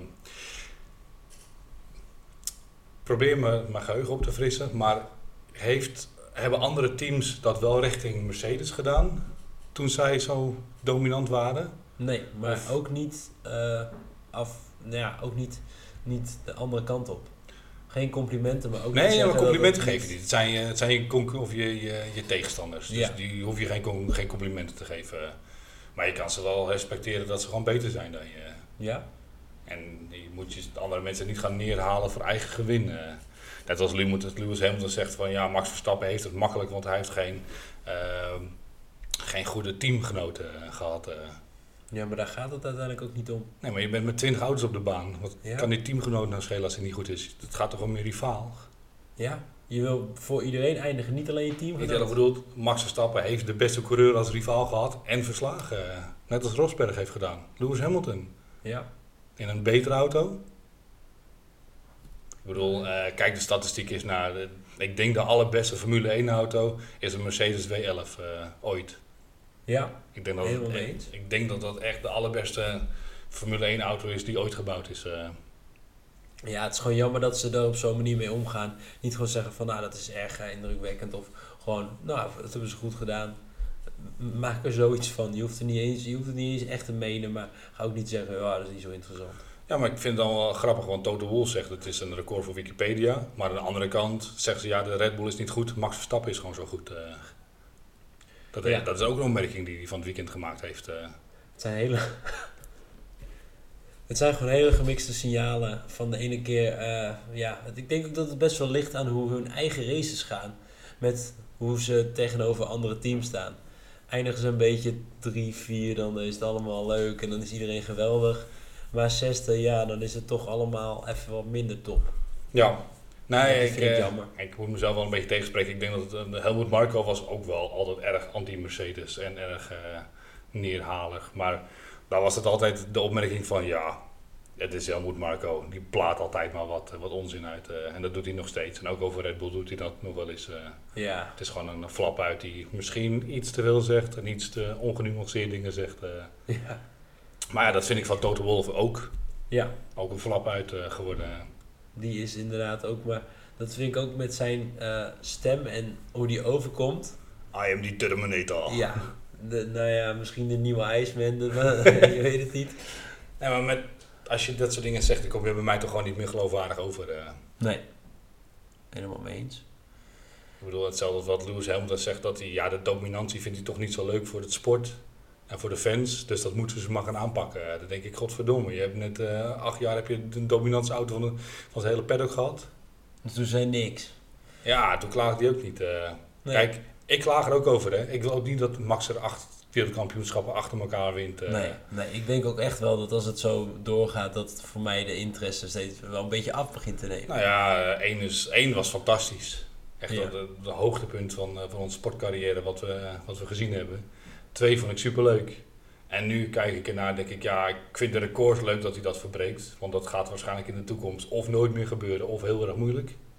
probeer me mijn geheugen op te frissen, maar heeft, hebben andere teams dat wel richting Mercedes gedaan toen zij zo dominant waren? Nee, maar of? ook niet uh, af, nou ja, ook niet, niet de andere kant op. Geen complimenten, maar ook nee, niet ja, maar complimenten geven niet. niet. Het zijn, het zijn je, concu- of je, je, je tegenstanders. Dus ja. die hoef je geen, geen complimenten te geven. Maar je kan ze wel respecteren dat ze gewoon beter zijn dan je. Ja. En je moet je andere mensen niet gaan neerhalen voor eigen gewin. Net als Lewis Hamilton zegt van ja, Max Verstappen heeft het makkelijk, want hij heeft geen, uh, geen goede teamgenoten gehad. Uh. Ja, maar daar gaat het uiteindelijk ook niet om. Nee, maar je bent met twintig auto's op de baan. Wat ja. kan die teamgenoot nou schelen als hij niet goed is? Het gaat toch om je rivaal? Ja, je wil voor iedereen eindigen, niet alleen je team. Ik heb bedoeld, Max Verstappen heeft de beste coureur als rivaal gehad en verslagen. Net als Rosberg heeft gedaan. Lewis Hamilton. Ja. In een betere auto. Ik bedoel, uh, kijk de statistiek eens naar. De, ik denk de allerbeste Formule één auto is een Mercedes W elf uh, ooit. Ja, ik denk dat helemaal het, mee eens. Ik, ik denk dat dat echt de allerbeste Formule één auto is die ooit gebouwd is. Uh. Ja, het is gewoon jammer dat ze er op zo'n manier mee omgaan. Niet gewoon zeggen van, nou, dat is erg uh, indrukwekkend. Of gewoon, nou, dat hebben ze goed gedaan. Maak er zoiets van. Je hoeft, er niet eens, je hoeft het niet eens echt te menen, maar ga ook niet zeggen, ja, dat is niet zo interessant. Ja, maar ik vind het dan wel grappig, want Toto Wolff zegt het is een record voor Wikipedia. Maar aan de andere kant zeggen ze, ja, de Red Bull is niet goed, Max Verstappen is gewoon zo goed. Uh. Dat, ja. dat is ook een opmerking die hij van het weekend gemaakt heeft. Uh. Het zijn hele... Het zijn gewoon hele gemixte signalen van de ene keer. Uh, ja, ik denk ook dat het best wel ligt aan hoe hun eigen races gaan. Met hoe ze tegenover andere teams staan. Eindigen ze een beetje drie, vier, dan is het allemaal leuk en dan is iedereen geweldig. Maar zesde, ja, dan is het toch allemaal even wat minder top. Ja, nee, dat ik, vind ik, uh, jammer. ik moet mezelf wel een beetje tegenspreken. Ik denk dat het, uh, Helmut Marko was ook wel altijd erg anti-Mercedes en erg uh, neerhalig. Maar daar was het altijd de opmerking van, ja, het is Helmut Marko. Die plaat altijd maar wat, wat onzin uit. Uh, en dat doet hij nog steeds. En ook over Red Bull doet hij dat nog wel eens. Uh, ja. Het is gewoon een flap uit die misschien iets te veel zegt en iets te ongenuanceerd dingen zegt. Uh. Ja. Maar ja, dat vind ik van Toto Wolff ook. Ja. Ook een flap uit uh, geworden. Die is inderdaad ook, maar dat vind ik ook met zijn uh, stem en hoe die overkomt. I am the Terminator. Ja, de, nou ja, misschien de nieuwe Iceman, de, je weet het niet. Nee, maar met, als je dat soort dingen zegt, dan kom je bij mij toch gewoon niet meer geloofwaardig over. Uh. Nee, helemaal mee eens. Ik bedoel, hetzelfde als wat Lewis Hamilton zegt, dat hij, ja, de dominantie vindt hij toch niet zo leuk voor het sport. En voor de fans, dus dat moeten ze maar gaan aanpakken. Dan denk ik, godverdomme, je hebt net uh, acht jaar heb je de dominantste auto van, de, van zijn hele paddock gehad. Dus toen zei niks. Ja, toen klaagde hij ook niet. Uh, nee. Kijk, ik klaag er ook over, hè. Ik wil ook niet dat Max er acht wereldkampioenschappen achter elkaar wint. Uh. Nee, nee, ik denk ook echt wel dat als het zo doorgaat, dat voor mij de interesse steeds wel een beetje af begint te nemen. Nou ja, één, is, één was fantastisch. Echt ja. de, de hoogtepunt van, van onze sportcarrière wat we, wat we gezien hebben. Twee vond ik superleuk. En nu kijk ik ernaar en denk ik, ja, ik vind de records leuk dat hij dat verbreekt. Want dat gaat waarschijnlijk in de toekomst of nooit meer gebeuren of heel erg moeilijk.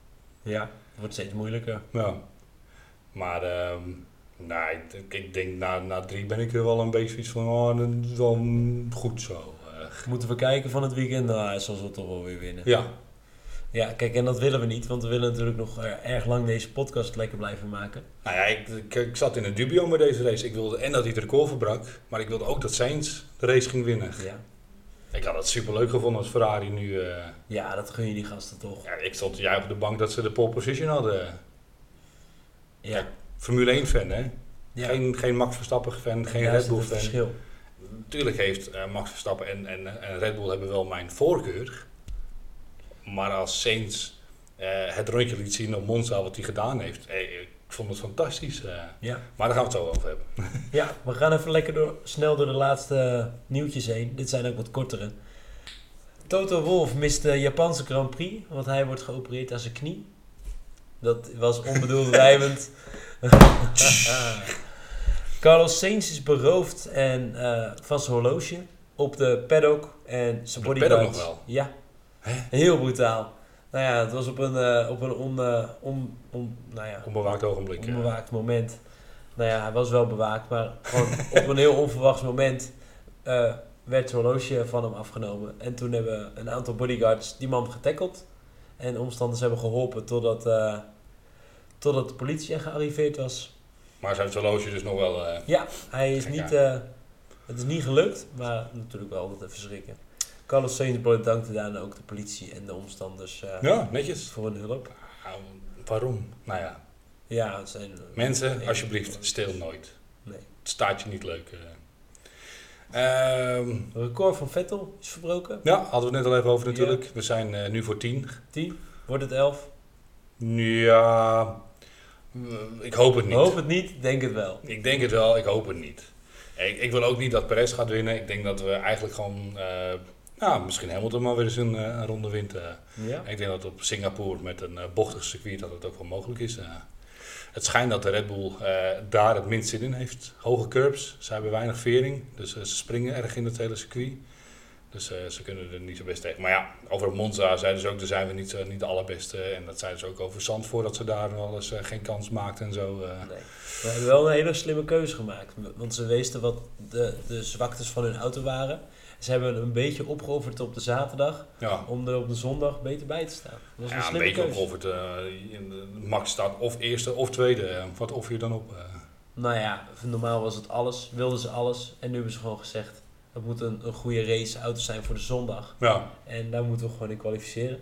Ja, het wordt steeds moeilijker. Ja. Maar um, nou, ik, ik denk na, na drie ben ik er wel een beetje iets van, oh, dat is wel goed zo. Uh, Moeten we kijken van het weekend? Nou, hij zal zo toch wel weer winnen. ja. Ja, kijk, en dat willen we niet, want we willen natuurlijk nog erg lang deze podcast lekker blijven maken. Nou ja, ik, ik, ik zat in een dubio met deze race. Ik wilde en dat hij het record verbrak, maar ik wilde ook dat Sainz de race ging winnen. Ja. Ik had het superleuk gevonden als Ferrari nu... Uh, ja, dat gun je die gasten toch. Ja, ik stond te juichen op de bank dat ze de pole position hadden. Ja. Ja, Formule één fan, hè? Ja. Geen, geen Max Verstappen fan, geen ja, Red Bull dat is fan. het verschil. Natuurlijk heeft uh, Max Verstappen en, en, en Red Bull hebben wel mijn voorkeur. Maar als Sainz uh, het rondje liet zien op Monza wat hij gedaan heeft, hey, ik vond het fantastisch. Uh, ja. Maar daar gaan we het zo over hebben. Ja, we gaan even lekker door, snel door de laatste nieuwtjes heen. Dit zijn ook wat kortere. Toto Wolff mist de Japanse Grand Prix, want hij wordt geopereerd aan zijn knie. Dat was onbedoeld rijmend. Carlos Sainz is beroofd en, uh, van zijn horloge op de paddock en zijn bodyguard. Paddock nog wel? Ja, Hè? heel brutaal. Nou ja, het was op een, uh, op een on, uh, on, on, nou ja, onbewaakt ogenblik. onbewaakt ja. moment. Nou ja, hij was wel bewaakt, maar gewoon op een heel onverwachts moment uh, werd het horloge van hem afgenomen. En toen hebben een aantal bodyguards die man getackeld. En omstanders hebben geholpen totdat, uh, totdat de politie gearriveerd was. Maar zijn horloge dus nog wel... Uh, ja, hij is niet, uh, het is niet gelukt, maar natuurlijk wel altijd even schrikken. Carlos Sainz bedankte daarna ook de politie en de omstanders uh, ja, netjes. voor hun hulp. Uh, waarom? Nou ja. Ja, het zijn... Mensen, uh, alsjeblieft, steel nooit. Nee. Het staat je niet leuk. Uh. Um, Het record van Vettel is verbroken. Ja, hadden we het net al even over natuurlijk. Ja. We zijn uh, nu voor tien. tien? Wordt het elf? Ja, ik hoop het niet. Ik hoop het niet, denk het wel. Ik denk het wel, ik hoop het niet. Ik, ik wil ook niet dat Perez gaat winnen. Ik denk dat we eigenlijk gewoon... Uh, nou, misschien Hamilton maar weer eens een, een ronde wint. Uh. Ja. Ik denk dat op Singapore met een uh, bochtig circuit dat het ook wel mogelijk is. Uh. Het schijnt dat de Red Bull uh, daar het minst zin in heeft. Hoge curbs, ze hebben weinig vering. Dus uh, ze springen erg in het hele circuit. Dus uh, ze kunnen er niet zo best tegen. Maar ja, over Monza zeiden ze ook, daar zijn we niet, uh, niet de allerbeste. En dat zeiden ze ook over Zandvoort, dat ze daar wel eens uh, geen kans maakten en zo. Uh. Nee. We hebben wel een hele slimme keuze gemaakt. Want ze wisten wat de, de zwaktes van hun auto waren. Ze hebben een beetje opgeofferd op de zaterdag. Ja. Om er op de zondag beter bij te staan. Dat was ja, een, een beetje keuze. opgeofferd. Uh, Max staat of eerste of tweede. Uh, wat offer je dan op? Uh? Nou ja, normaal was het alles. Wilden ze alles. En nu hebben ze gewoon gezegd... Het moet een, een goede raceauto zijn voor de zondag. Ja. En daar moeten we gewoon in kwalificeren.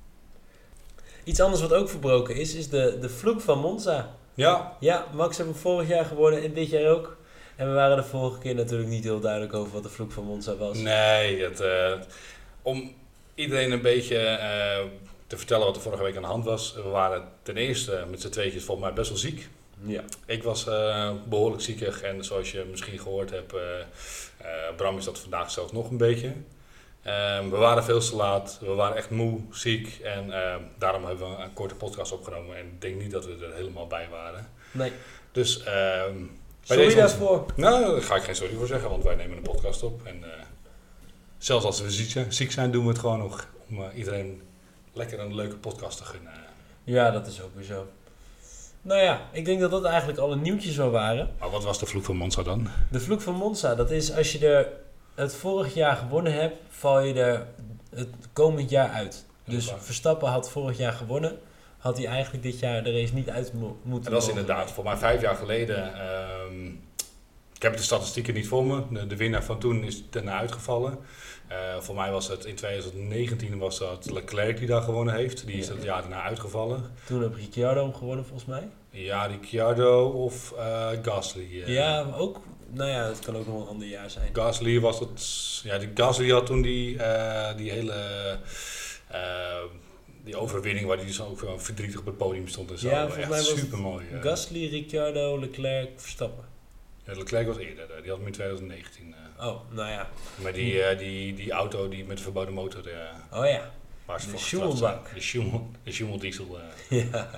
Iets anders wat ook verbroken is, is de, de vloek van Monza. Ja. Ja, Max hebben we vorig jaar gewonnen en dit jaar ook. En we waren de vorige keer natuurlijk niet heel duidelijk over wat de vloek van Monza was. Nee, het, uh, om iedereen een beetje uh, te vertellen wat er vorige week aan de hand was. We waren ten eerste met z'n tweetjes volgens mij best wel ziek. Ja. Ik was uh, behoorlijk ziekig en zoals je misschien gehoord hebt, uh, uh, Bram is dat vandaag zelfs nog een beetje. Uh, we waren veel te laat, we waren echt moe, ziek en uh, daarom hebben we een korte podcast opgenomen en ik denk niet dat we er helemaal bij waren. Nee. Dus, uh, sorry daarvoor. Nou, daar ga ik geen sorry voor zeggen, want wij nemen een podcast op en uh, zelfs als we ziek zijn, ziek zijn doen we het gewoon nog om uh, iedereen lekker een leuke podcast te gunnen. Ja, dat is ook weer zo. Nou ja, ik denk dat dat eigenlijk alle nieuwtjes wel waren. Maar wat was de vloek van Monza dan? De vloek van Monza, dat is als je er het vorig jaar gewonnen hebt, val je er het komend jaar uit. Dus ja, Verstappen had vorig jaar gewonnen, had hij eigenlijk dit jaar de race niet uit mo- moeten. En dat is inderdaad, voor mij vijf jaar geleden, um, ik heb de statistieken niet voor me, de, de winnaar van toen is daarna uitgevallen. Uh, voor mij was het in twintig negentien was dat Leclerc die daar gewonnen heeft. Die is ja. het jaar daarna uitgevallen. Toen heb Ricciardo hem gewonnen volgens mij. Ja, Ricciardo of uh, Gasly. Uh. Ja, ook. Nou ja, het kan ook nog een ander jaar zijn. Gasly was het. Ja, die Gasly had toen die, uh, die hele uh, die overwinning waar hij dus ook verdrietig op het podium stond en zo. Ja, volgens mij was super mooi. Uh. Gasly, Ricciardo, Leclerc, Verstappen. Ja, Leclerc was eerder. Die had hem in twintig negentien. Uh. Oh, nou ja. Maar die, uh, die, die auto die met de verboden motor. Uh, oh ja. Waar ze de voor Schummelbak. De Schummel, de Schummel diesel. Uh. Ja.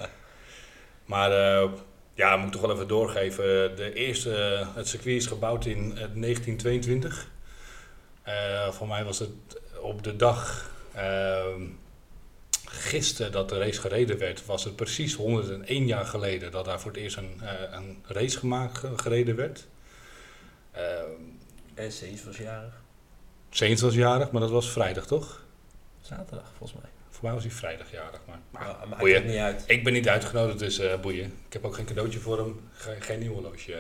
Maar uh, ja, moet ik toch wel even doorgeven. De eerste, uh, het circuit is gebouwd in uh, negentien tweeëntwintig. Uh, voor mij was het op de dag uh, gisteren dat de race gereden werd, was het precies honderdéén jaar geleden dat daar voor het eerst een, uh, een race gemaakt, gereden werd. Uh, en Sainz was jarig. Sainz was jarig, maar dat was vrijdag, toch? Zaterdag, volgens mij. Voor mij was hij vrijdag jarig, maar, maar ja, maakt boeien. het niet uit. Ik ben niet uitgenodigd, dus uh, boeien. Ik heb ook geen cadeautje voor hem, geen, geen nieuw horloge.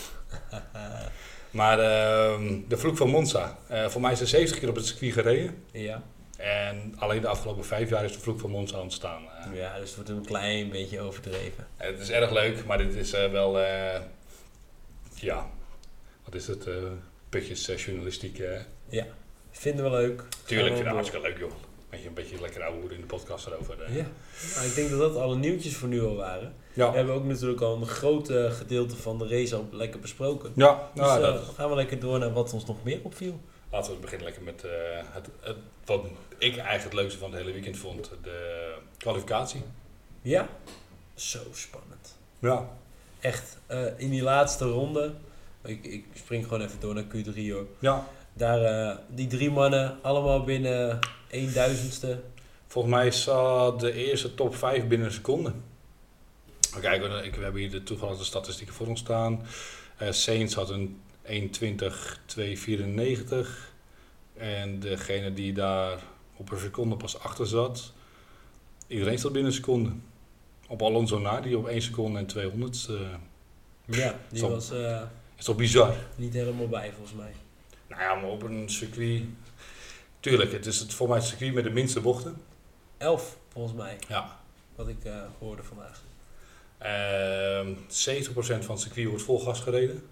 Maar uh, de vloek van Monza. Uh, voor mij is er zeventig keer op het circuit gereden. Ja. En alleen de afgelopen vijf jaar is de vloek van Monza ontstaan. Uh, ja, dus het wordt een klein beetje overdreven. Het is erg leuk, maar dit is uh, wel... Uh, ja, wat is het? Uh, putjes uh, journalistiek. Uh. Ja, vinden we leuk. Tuurlijk, vind ik hartstikke leuk, joh. Weet je, een beetje lekker ouwe hoeden in de podcast erover. Uh. Ja, nou, ik denk dat dat alle nieuwtjes voor nu al waren. Ja. We hebben ook natuurlijk al een groot uh, gedeelte van de race al lekker besproken. Ja, dus nou, uh, dat... gaan we lekker door naar wat ons nog meer opviel. Laten we beginnen lekker met uh, het, het, wat ik eigenlijk het leukste van het hele weekend vond. De kwalificatie. Ja, zo spannend. Ja. Echt, uh, in die laatste ronde, ik, ik spring gewoon even door naar Q drie hoor. Ja. Daar, uh, die drie mannen, allemaal binnen één duizendste. Volgens mij zat de eerste top vijf binnen een seconde. Kijk, we hebben hier de toevallige statistieken voor ons staan. Uh, Sainz had een één twintig twee vierennegentig. En degene die daar op een seconde pas achter zat, iedereen zat binnen een seconde. Op Alonso na, die op één seconde en tweehonderd. Uh, ja, die zo, was uh, is toch bizar? Niet helemaal bij volgens mij. Nou ja, maar op een circuit... Tuurlijk, het is het, voor mij het circuit met de minste bochten. Elf, volgens mij. Ja. Wat ik uh, hoorde vandaag. Uh, zeventig procent van het circuit wordt vol gas gereden.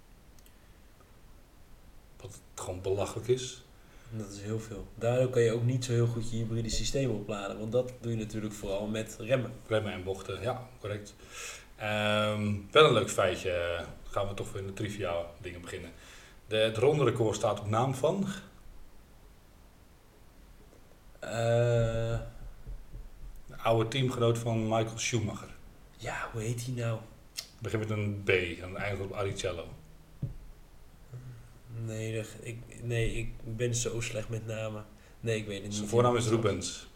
Wat gewoon belachelijk is. Dat is heel veel. Daardoor kan je ook niet zo heel goed je hybride systeem opladen. Want dat doe je natuurlijk vooral met remmen. Remmen en bochten, ja, correct. Um, wel een leuk feitje. Gaan we toch weer in de trivia dingen beginnen. De, het ronde record staat op naam van... Uh, de oude teamgenoot van Michael Schumacher. Ja, hoe heet hij nou? Begint met een B en eindigt op Aricello. Nee, dat, ik, nee, ik ben zo slecht met namen. Nee, ik weet het niet. Zijn voornaam is Rubens.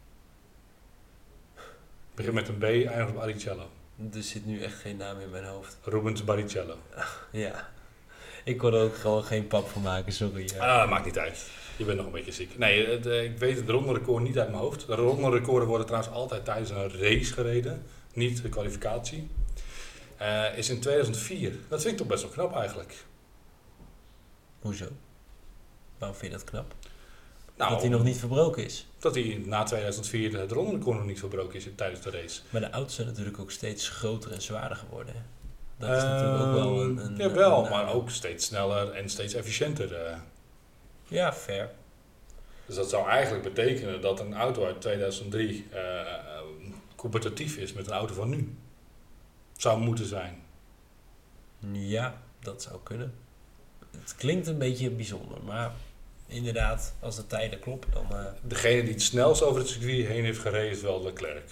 Begint met een B, eindigt op Aricello. Er zit nu echt geen naam in mijn hoofd. Rubens Barrichello. Ja. Ik kon er ook gewoon geen pap van maken, sorry. Ja. Ah, maakt niet uit. Je bent nog een beetje ziek. Nee, het, ik weet het ronde record niet uit mijn hoofd. De ronde recorden worden trouwens altijd tijdens een race gereden. Niet de kwalificatie. Uh, is in tweeduizend vier. Dat vind ik toch best wel knap eigenlijk. Hoezo? Waarom vind je dat knap? Nou, dat hij nog niet verbroken is. Dat hij na tweeduizend vier het ronde record nog niet verbroken is tijdens de race. Maar de auto's zijn natuurlijk ook steeds groter en zwaarder geworden. Dat is uh, natuurlijk ook wel een... een jawel, een, maar ook steeds sneller en steeds efficiënter. Uh. Ja, fair. Dus dat zou eigenlijk betekenen dat een auto uit tweeduizend drie uh, uh, competitief is met een auto van nu. Zou moeten zijn. Ja, dat zou kunnen. Het klinkt een beetje bijzonder, maar inderdaad, als de tijden kloppen, dan... Uh... Degene die het snelst over het circuit heen heeft gereden is wel Leclerc.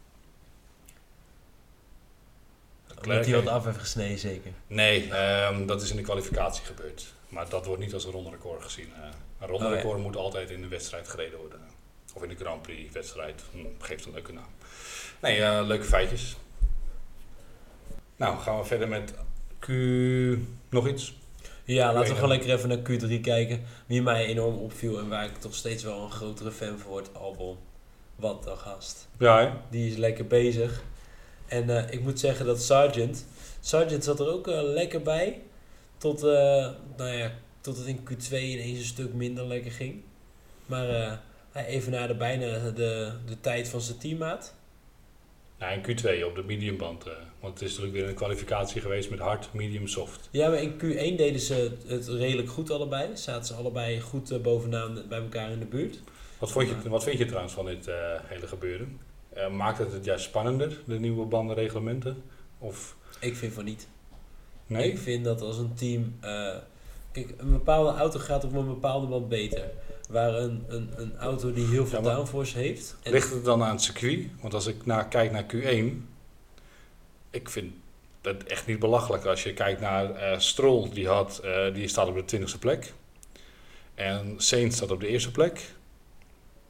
Omdat hij wat af heeft gesneden, zeker? Nee, um, dat is in de kwalificatie gebeurd. Maar dat wordt niet als een ronde record gezien. Uh, een ronde record oh, ja. moet altijd in de wedstrijd gereden worden. Of in de Grand Prix wedstrijd. Hm, geeft een leuke naam. Nee, uh, leuke feitjes. Nou, gaan we verder met Q... Nog iets? Ja, laten we gewoon lekker even naar Q drie kijken. Wie mij enorm opviel en waar ik toch steeds wel een grotere fan van word, Albon. Wat een gast. Ja, hè? Die is lekker bezig. En uh, ik moet zeggen dat Sargent... Sargent zat er ook uh, lekker bij. Tot, uh, nou ja, tot het in Q twee ineens een stuk minder lekker ging. Maar uh, hij evenaarde bijna de, de tijd van zijn teammaat. Ja, in Q twee op de mediumband. Uh, want het is natuurlijk weer een kwalificatie geweest met hard, medium, soft. Ja, maar in Q één deden ze het redelijk goed allebei. Zaten ze allebei goed uh, bovenaan bij elkaar in de buurt. Wat, vond je, wat vind je trouwens van dit uh, hele gebeuren? Uh, maakt het het juist spannender, de nieuwe bandenreglementen? Of... Ik vind van niet. Nee? Ik vind dat als een team... Uh, kijk, een bepaalde auto gaat op een bepaalde band beter. Waar een, een, een auto die heel veel ja, downforce heeft... En ligt het dan aan het circuit? Want als ik naar, kijk naar Q één... Ik vind het echt niet belachelijk. Als je kijkt naar uh, Stroll, die, had, uh, die staat op de twintigste plek. En Sainz staat op de eerste plek.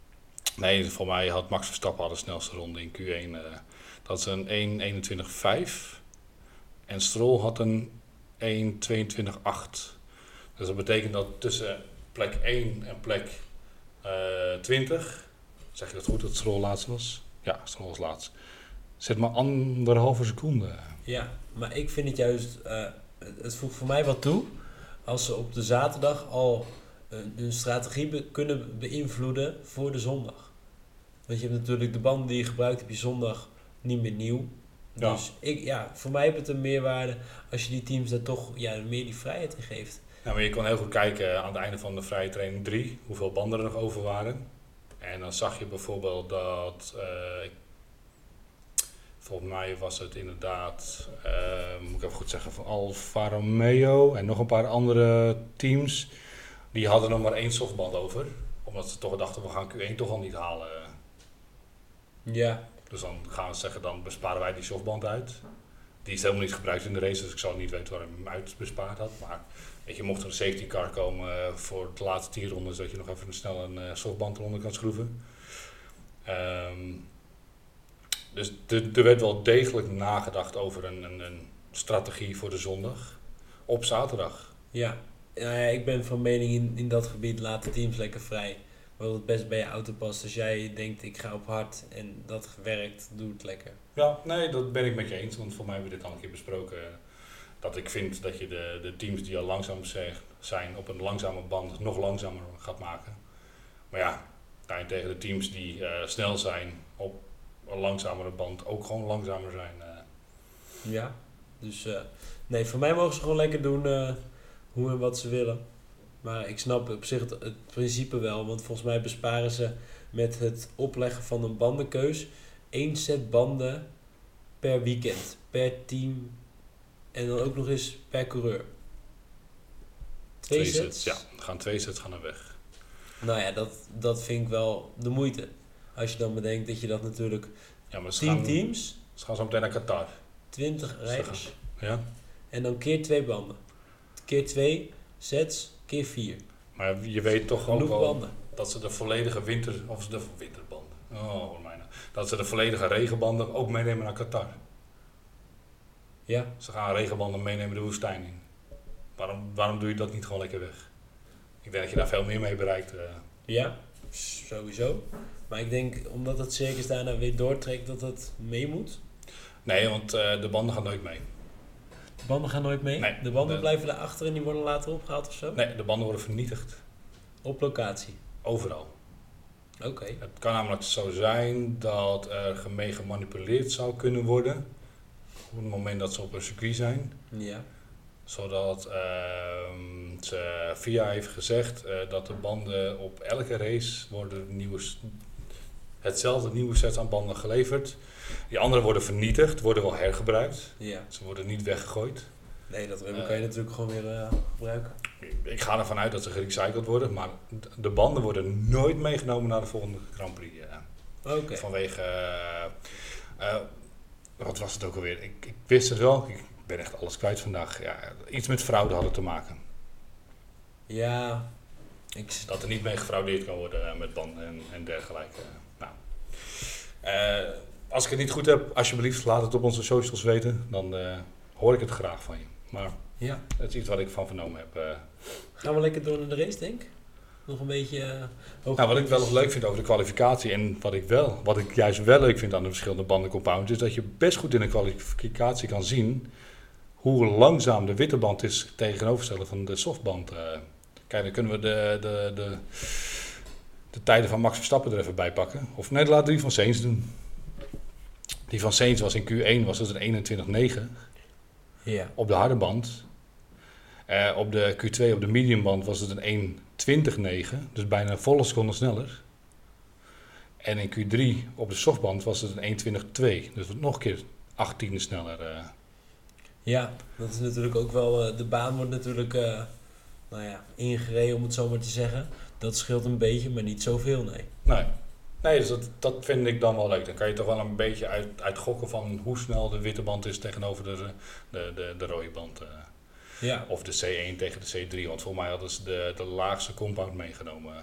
Nee, voor mij had Max Verstappen al de snelste ronde in Q één. Uh, dat is een één eenentwintig vijf. En Stroll had een één tweeëntwintig acht. Dus dat betekent dat tussen plek één en plek uh, twintig... Zeg je dat goed, dat Stroll laatst was? Ja, Stroll was laatst. Zet maar anderhalve seconde. Ja, maar ik vind het juist... Uh, het voegt voor mij wat toe als ze op de zaterdag al uh, hun strategie be- kunnen beïnvloeden voor de zondag. Want je hebt natuurlijk de banden die je gebruikt op je zondag niet meer nieuw. Ja. Dus ik, ja, voor mij heeft het een meerwaarde als je die teams daar toch ja, meer die vrijheid in geeft. Nou, maar je kon heel goed kijken aan het einde van de vrije training drie, hoeveel banden er nog over waren. En dan zag je bijvoorbeeld dat, uh, volgens mij was het inderdaad, uh, moet ik even goed zeggen, van Alfa Romeo en nog een paar andere teams. Die hadden nog maar één softband over. Omdat ze toch dachten, we gaan Q één toch al niet halen. Ja. Dus dan gaan we zeggen, dan besparen wij die softband uit. Die is helemaal niet gebruikt in de race, dus ik zal niet weten waar hij hem uit bespaard had. Maar weet je, mocht er een safety car komen voor de laatste tien rondes, dat je nog even snel een uh, softband eronder kan schroeven. Um, dus er werd wel degelijk nagedacht over een, een, een strategie voor de zondag op zaterdag. Ja, uh, ik ben van mening in, in dat gebied, laat de teams lekker vrij. Wat het best bij je auto past. Als jij denkt, ik ga op hard en dat werkt, doe het lekker. Ja, nee, dat ben ik met je eens. Want voor mij hebben we dit al een keer besproken. Dat ik vind dat je de, de teams die al langzaam zijn op een langzame band nog langzamer gaat maken. Maar ja, daarentegen de teams die uh, snel zijn op een langzamere band ook gewoon langzamer zijn. Uh. Ja, dus uh, nee, voor mij mogen ze gewoon lekker doen uh, hoe en wat ze willen. Maar ik snap op zich het, het principe wel, want volgens mij besparen ze met het opleggen van een bandenkeus één set banden per weekend, per team en dan ook nog eens per coureur. Twee, twee sets? sets? Ja, gaan twee sets gaan er weg. Nou ja, dat, dat vind ik wel de moeite. Als je dan bedenkt dat je dat natuurlijk ja, maar tien gaan, teams, ze gaan zo meteen naar Qatar. twintig rijders ja? en dan keer twee banden. Keer twee sets, keer vier. Maar je weet toch ook wel banden. dat ze de volledige winter, of de winterbanden, oh mijn, dat ze de volledige regenbanden ook meenemen naar Qatar. Ja. Ze gaan regenbanden meenemen de woestijn in. Waarom, waarom doe je dat niet gewoon lekker weg? Ik denk dat je daar veel meer mee bereikt. Uh. Ja, sowieso. Maar ik denk, omdat het circus daarna weer doortrekt, dat het mee moet. Nee, want uh, de banden gaan nooit mee. De banden gaan nooit mee? Nee. De banden de... blijven daarachter en die worden later opgehaald of zo? Nee, de banden worden vernietigd. Op locatie? Overal. Oké. Okay. Het kan namelijk zo zijn dat er mee gemanipuleerd zou kunnen worden. Op het moment dat ze op een circuit zijn. Ja. Zodat uh, ze, V I A heeft gezegd uh, dat de banden op elke race worden nieuwe, hetzelfde nieuwe set aan banden geleverd. Die andere worden vernietigd, worden wel hergebruikt. Ja. Ze worden niet weggegooid. Nee, dat uh, kan je natuurlijk gewoon weer uh, gebruiken. Ik ga ervan uit dat ze gerecycled worden, maar de banden worden nooit meegenomen naar de volgende Grand Prix. Uh, Oké. Okay. Vanwege, uh, uh, wat was het ook alweer? Ik, ik wist het wel, ik ben echt alles kwijt vandaag. Ja, iets met fraude hadden te maken. Ja. Ik... Dat er niet mee gefraudeerd kan worden uh, met banden en, en dergelijke. Nou. Uh, als ik het niet goed heb, alsjeblieft laat het op onze socials weten. Dan uh, hoor ik het graag van je. Maar ja. dat is iets wat ik van vernomen heb. Uh. Gaan we lekker door naar de race, denk ik? Nog een beetje uh, hoog. Nou, wat ik wel eens leuk vind over de kwalificatie en wat ik wel, wat ik juist wel leuk vind aan de verschillende bandencompounds, is dat je best goed in de kwalificatie kan zien hoe langzaam de witte band is tegenoverstellen van de softband. Uh. Kijk, dan kunnen we de, de, de, de tijden van Max Verstappen er even bij pakken. Of nee, laten we die van Sainz doen. Die van Sainz was in Q één was het een eenentwintig negen. Ja. Op de harde band. Uh, op de Q twee, op de medium band, was het een één twintig negen. Dus bijna een volle seconde sneller. En in Q drie, op de softband, was het een één twintig twee. Dus nog een keer achttien sneller. Uh. Ja, dat is natuurlijk ook wel... Uh, de baan wordt natuurlijk... Uh, nou ja, ingereden om het zo maar te zeggen. Dat scheelt een beetje, maar niet zoveel, nee. Nee. Nee, dus dat, dat vind ik dan wel leuk. Dan kan je toch wel een beetje uit, uit gokken van hoe snel de witte band is tegenover de, de, de, de rode band. Uh. Ja. Of de C één tegen de C drie. Want voor mij hadden ze de, de laagste compound meegenomen. Want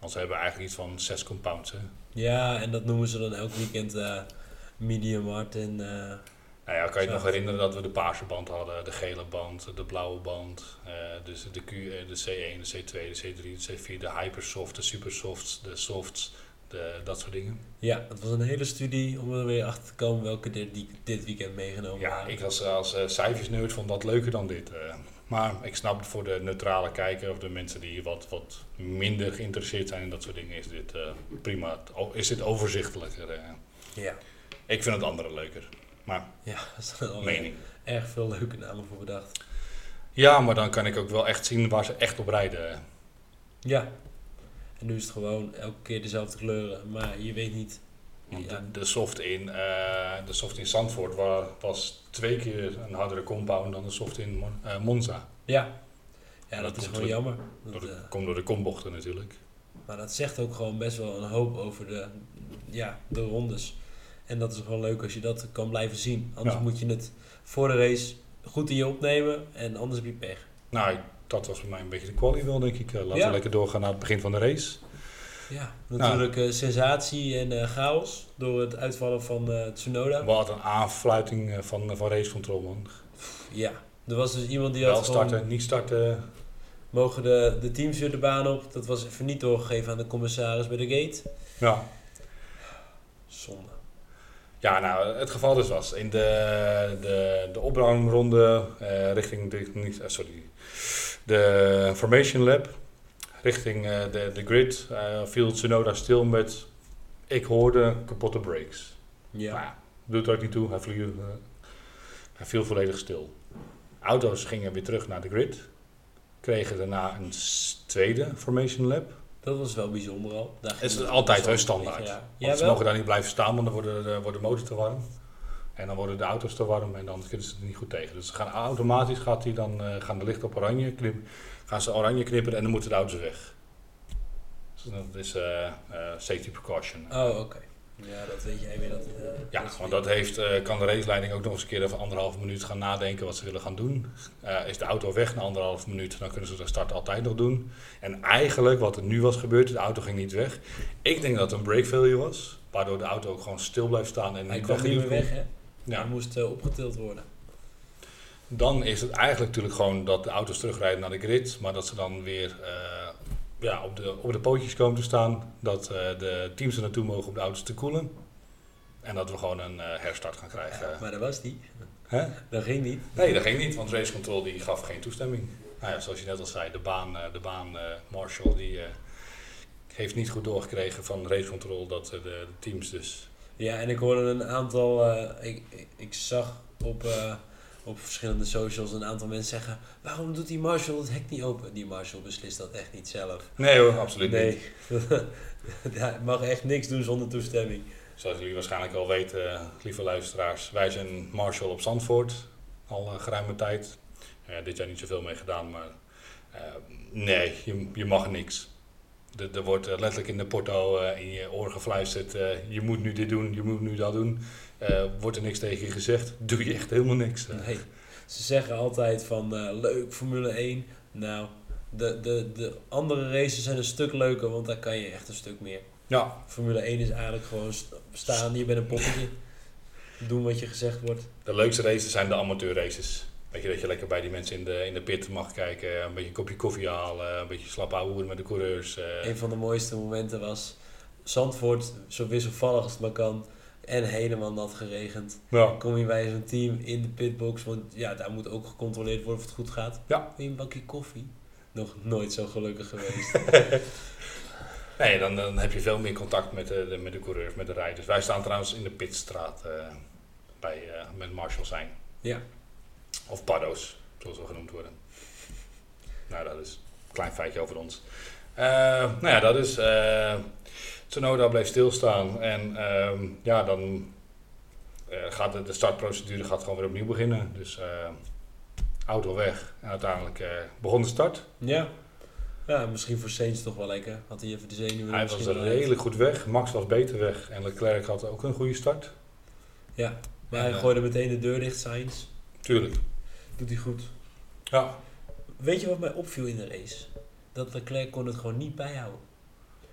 Want ze hebben eigenlijk iets van zes compounds. Hè? Ja, en dat noemen ze dan elk weekend uh, medium hard en... Uh, nou ja, kan je zo. nog herinneren dat we de paarse band hadden, de gele band, de blauwe band, uh, dus de, Q, de C één, de C twee, de C drie, de C vier, de hypersoft, de supersofts, de softs, de, dat soort dingen. Ja, het was een hele studie om er weer achter te komen welke dit, die, dit weekend meegenomen Ja, waren. ik als, als uh, cijfersnerd vond dat leuker dan dit. Uh, maar ik snap het voor de neutrale kijker of de mensen die wat, wat minder geïnteresseerd zijn in dat soort dingen, is dit uh, prima. Is dit overzichtelijker. Uh. Ja. Ik vind het andere leuker. Maar, ja, dat is wel mening. Erg veel leuke namen voor bedacht. Ja, maar dan kan ik ook wel echt zien waar ze echt op rijden. Ja. En nu is het gewoon elke keer dezelfde kleuren, maar je weet niet... Want de, de, soft in, uh, de soft in Zandvoort was, was twee keer een hardere compound dan de soft in Mon- uh, Monza. Ja, ja dat, dat is gewoon door, jammer. Dat door de, uh, komt door de kombochten natuurlijk. Maar dat zegt ook gewoon best wel een hoop over de, ja, de rondes. En dat is gewoon leuk als je dat kan blijven zien. Anders ja. moet je het voor de race goed in je opnemen en anders heb je pech. Nou, dat was voor mij een beetje de quali wel, denk ik. Laten ja. we lekker doorgaan naar het begin van de race. Ja, natuurlijk nou. uh, sensatie en uh, chaos door het uitvallen van uh, Tsunoda. Wat een aanfluiting uh, van, van racecontrol, man. Ja, er was dus iemand die Wel had starten, gewoon, niet starten. Mogen de, de teams weer de baan op. Dat was even niet doorgegeven aan de commissaris bij de gate. Ja. Zonde. Ja, nou, het geval dus was, in de, de, de opruimronde uh, richting de, niet, uh, sorry, de Formation Lab, richting uh, de, de grid, uh, viel Tsunoda stil met, ik hoorde kapotte brakes. Ja. Nou, doet er ook niet toe, hij, vlieg, uh, hij viel volledig stil. Auto's gingen weer terug naar de grid, kregen daarna een tweede Formation Lab. Dat was wel bijzonder al. Het is altijd wel standaard. Ja. Ja, ze mogen daar niet blijven staan, want dan worden de, wordt de motor te warm. En dan worden de auto's te warm en dan kunnen ze er niet goed tegen. Dus gaan, automatisch gaat die dan, uh, gaan de lichten op oranje knippen, gaan ze oranje knipperen en dan moeten de auto's weg. Dus dat is uh, uh, safety precaution. Oh, oké. Okay. Ja, dat weet jij weer. Dat, uh, ja, dat want dat heeft, uh, kan de raceleiding ook nog eens een keer even anderhalve minuut gaan nadenken wat ze willen gaan doen. Uh, is de auto weg na anderhalve minuut, dan kunnen ze de start altijd nog doen. En eigenlijk wat er nu was gebeurd, de auto ging niet weg. Ik denk dat het een brake failure was, waardoor de auto ook gewoon stil blijft staan. En hij kwam niet meer weg, hè? Ja. Hij moest uh, opgetild worden. Dan is het eigenlijk natuurlijk gewoon dat de auto's terugrijden naar de grid, maar dat ze dan weer uh, ja, op, de, op de pootjes komen te staan. Dat uh, de teams er naartoe mogen om de auto's te koelen. En dat we gewoon een uh, herstart gaan krijgen. Ja, maar dat was die. Huh? Dat ging niet. Nee, dat ging niet, want Race Control die gaf geen toestemming. Nou ja, zoals je net al zei, de baan, uh, de baan uh, Marshall die uh, heeft niet goed doorgekregen van Race Control dat uh, de, de teams dus... Ja, en ik hoorde een aantal, uh, ik, ik, ik zag op, uh, op verschillende socials een aantal mensen zeggen, waarom doet die Marshall het hek niet open? Die Marshall beslist dat echt niet zelf. Nee hoor, absoluut nee. niet. Hij mag echt niks doen zonder toestemming. Zoals jullie waarschijnlijk al weten, lieve luisteraars, wij zijn Marshall op Zandvoort, al uh, geruime tijd. Uh, dit jaar niet zoveel mee gedaan, maar uh, nee, je, je mag niks. Er, er wordt uh, letterlijk in de porto uh, in je oor gefluisterd, uh, je moet nu dit doen, je moet nu dat doen. Uh, wordt er niks tegen je gezegd, doe je echt helemaal niks. Uh. Nee, ze zeggen altijd van uh, leuk Formule één. Nou, de, de, de andere races zijn een stuk leuker, want daar kan je echt een stuk meer. Ja. Formule één is eigenlijk gewoon staan, je bent een poppetje. Doen wat je gezegd wordt. De leukste races zijn de amateurraces. Weet je, dat je lekker bij die mensen in de, in de pit mag kijken, een beetje een kopje koffie halen, een beetje slap houden met de coureurs. Uh. Een van de mooiste momenten was Zandvoort, zo wisselvallig als het maar kan, en helemaal nat geregend. Ja. Dan kom je bij zo'n team in de pitbox, want ja, daar moet ook gecontroleerd worden of het goed gaat. Ja. Wil je een bakje koffie? Nog nooit zo gelukkig geweest. Nee, dan, dan heb je veel meer contact met de, de, met de coureurs, met de rijders. Wij staan trouwens in de pitstraat uh, bij, uh, met Marshall zijn. Ja. Of paddo's, zoals we genoemd worden. Nou, dat is een klein feitje over ons. Uh, nou ja, dat is... Uh, Tsunoda bleef stilstaan en uh, ja, dan uh, gaat de, de startprocedure gaat gewoon weer opnieuw beginnen. Dus uh, auto weg en uiteindelijk uh, begon de start. Ja. Ja, misschien voor Sainz toch wel lekker. Had hij even de zenuwen. Hij was redelijk goed weg. Max was beter weg. En Leclerc had ook een goede start. Ja, maar en, hij uh, gooide meteen de deur dicht, Sainz. Tuurlijk. Doet hij goed. Ja. Weet je wat mij opviel in de race? Dat Leclerc kon het gewoon niet bijhouden.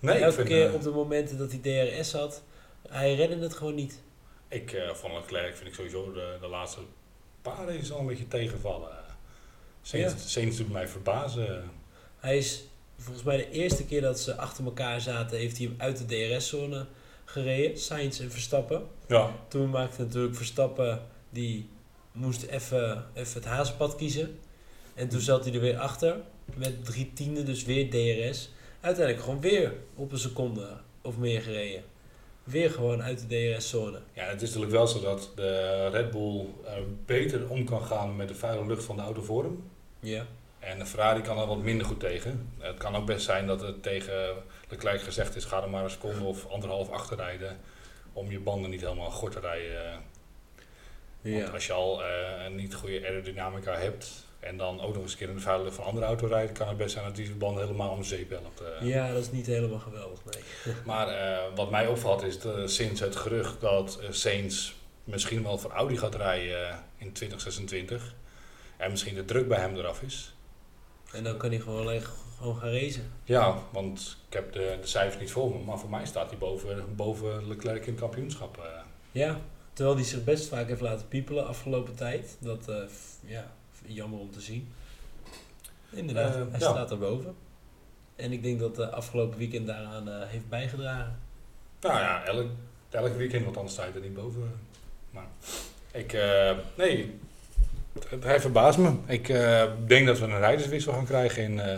Nee, ik Elke vind, keer uh, op de momenten dat hij D R S had, hij redde het gewoon niet. Ik uh, van Leclerc vind ik sowieso de, de laatste paar races al een beetje tegenvallen. Sainz, Ja. Sainz doet mij verbazen. Hij is volgens mij de eerste keer dat ze achter elkaar zaten, heeft hij hem uit de D R S-zone gereden. Sainz en Verstappen. Ja. Toen maakte natuurlijk Verstappen, die moest even even het hazenpad kiezen. En toen zat hij er weer achter, met drie tiende, dus weer D R S. Uiteindelijk gewoon weer op een seconde of meer gereden. Weer gewoon uit de D R S-zone. Ja, het is natuurlijk wel zo dat de Red Bull uh, beter om kan gaan met de vuile lucht van de auto voor hem. Ja. En de Ferrari kan er wat minder goed tegen. Het kan ook best zijn dat het tegen Leclerc gezegd is, ga er maar een seconde of anderhalf achter rijden om je banden niet helemaal gort te rijden. Ja. Want als je al uh, een niet goede aerodynamica hebt en dan ook nog eens een keer in de vuile lucht van een andere auto rijdt, kan het best zijn dat die banden helemaal om de zeep helpt. Uh. Ja, dat is niet helemaal geweldig, nee. Maar uh, wat mij opvalt is de, sinds het gerucht dat uh, Sainz misschien wel voor Audi gaat rijden in twintig zesentwintig en misschien de druk bij hem eraf is. En dan kan hij gewoon, alleen, gewoon gaan racen. Ja, want ik heb de, de cijfers niet voor me, maar voor mij staat hij boven, boven Leclerc in het kampioenschap. Uh. Ja, terwijl hij zich best vaak heeft laten piepelen afgelopen tijd. Dat, uh, ja, jammer om te zien. Inderdaad, Uh, hij ja. staat erboven. En ik denk dat de afgelopen weekend daaraan uh, heeft bijgedragen. Nou ja, elk, elk weekend, want anders sta je er niet boven. Maar ik, uh, nee, het, hij verbaast me. Ik uh, denk dat we een rijderswissel gaan krijgen in, uh,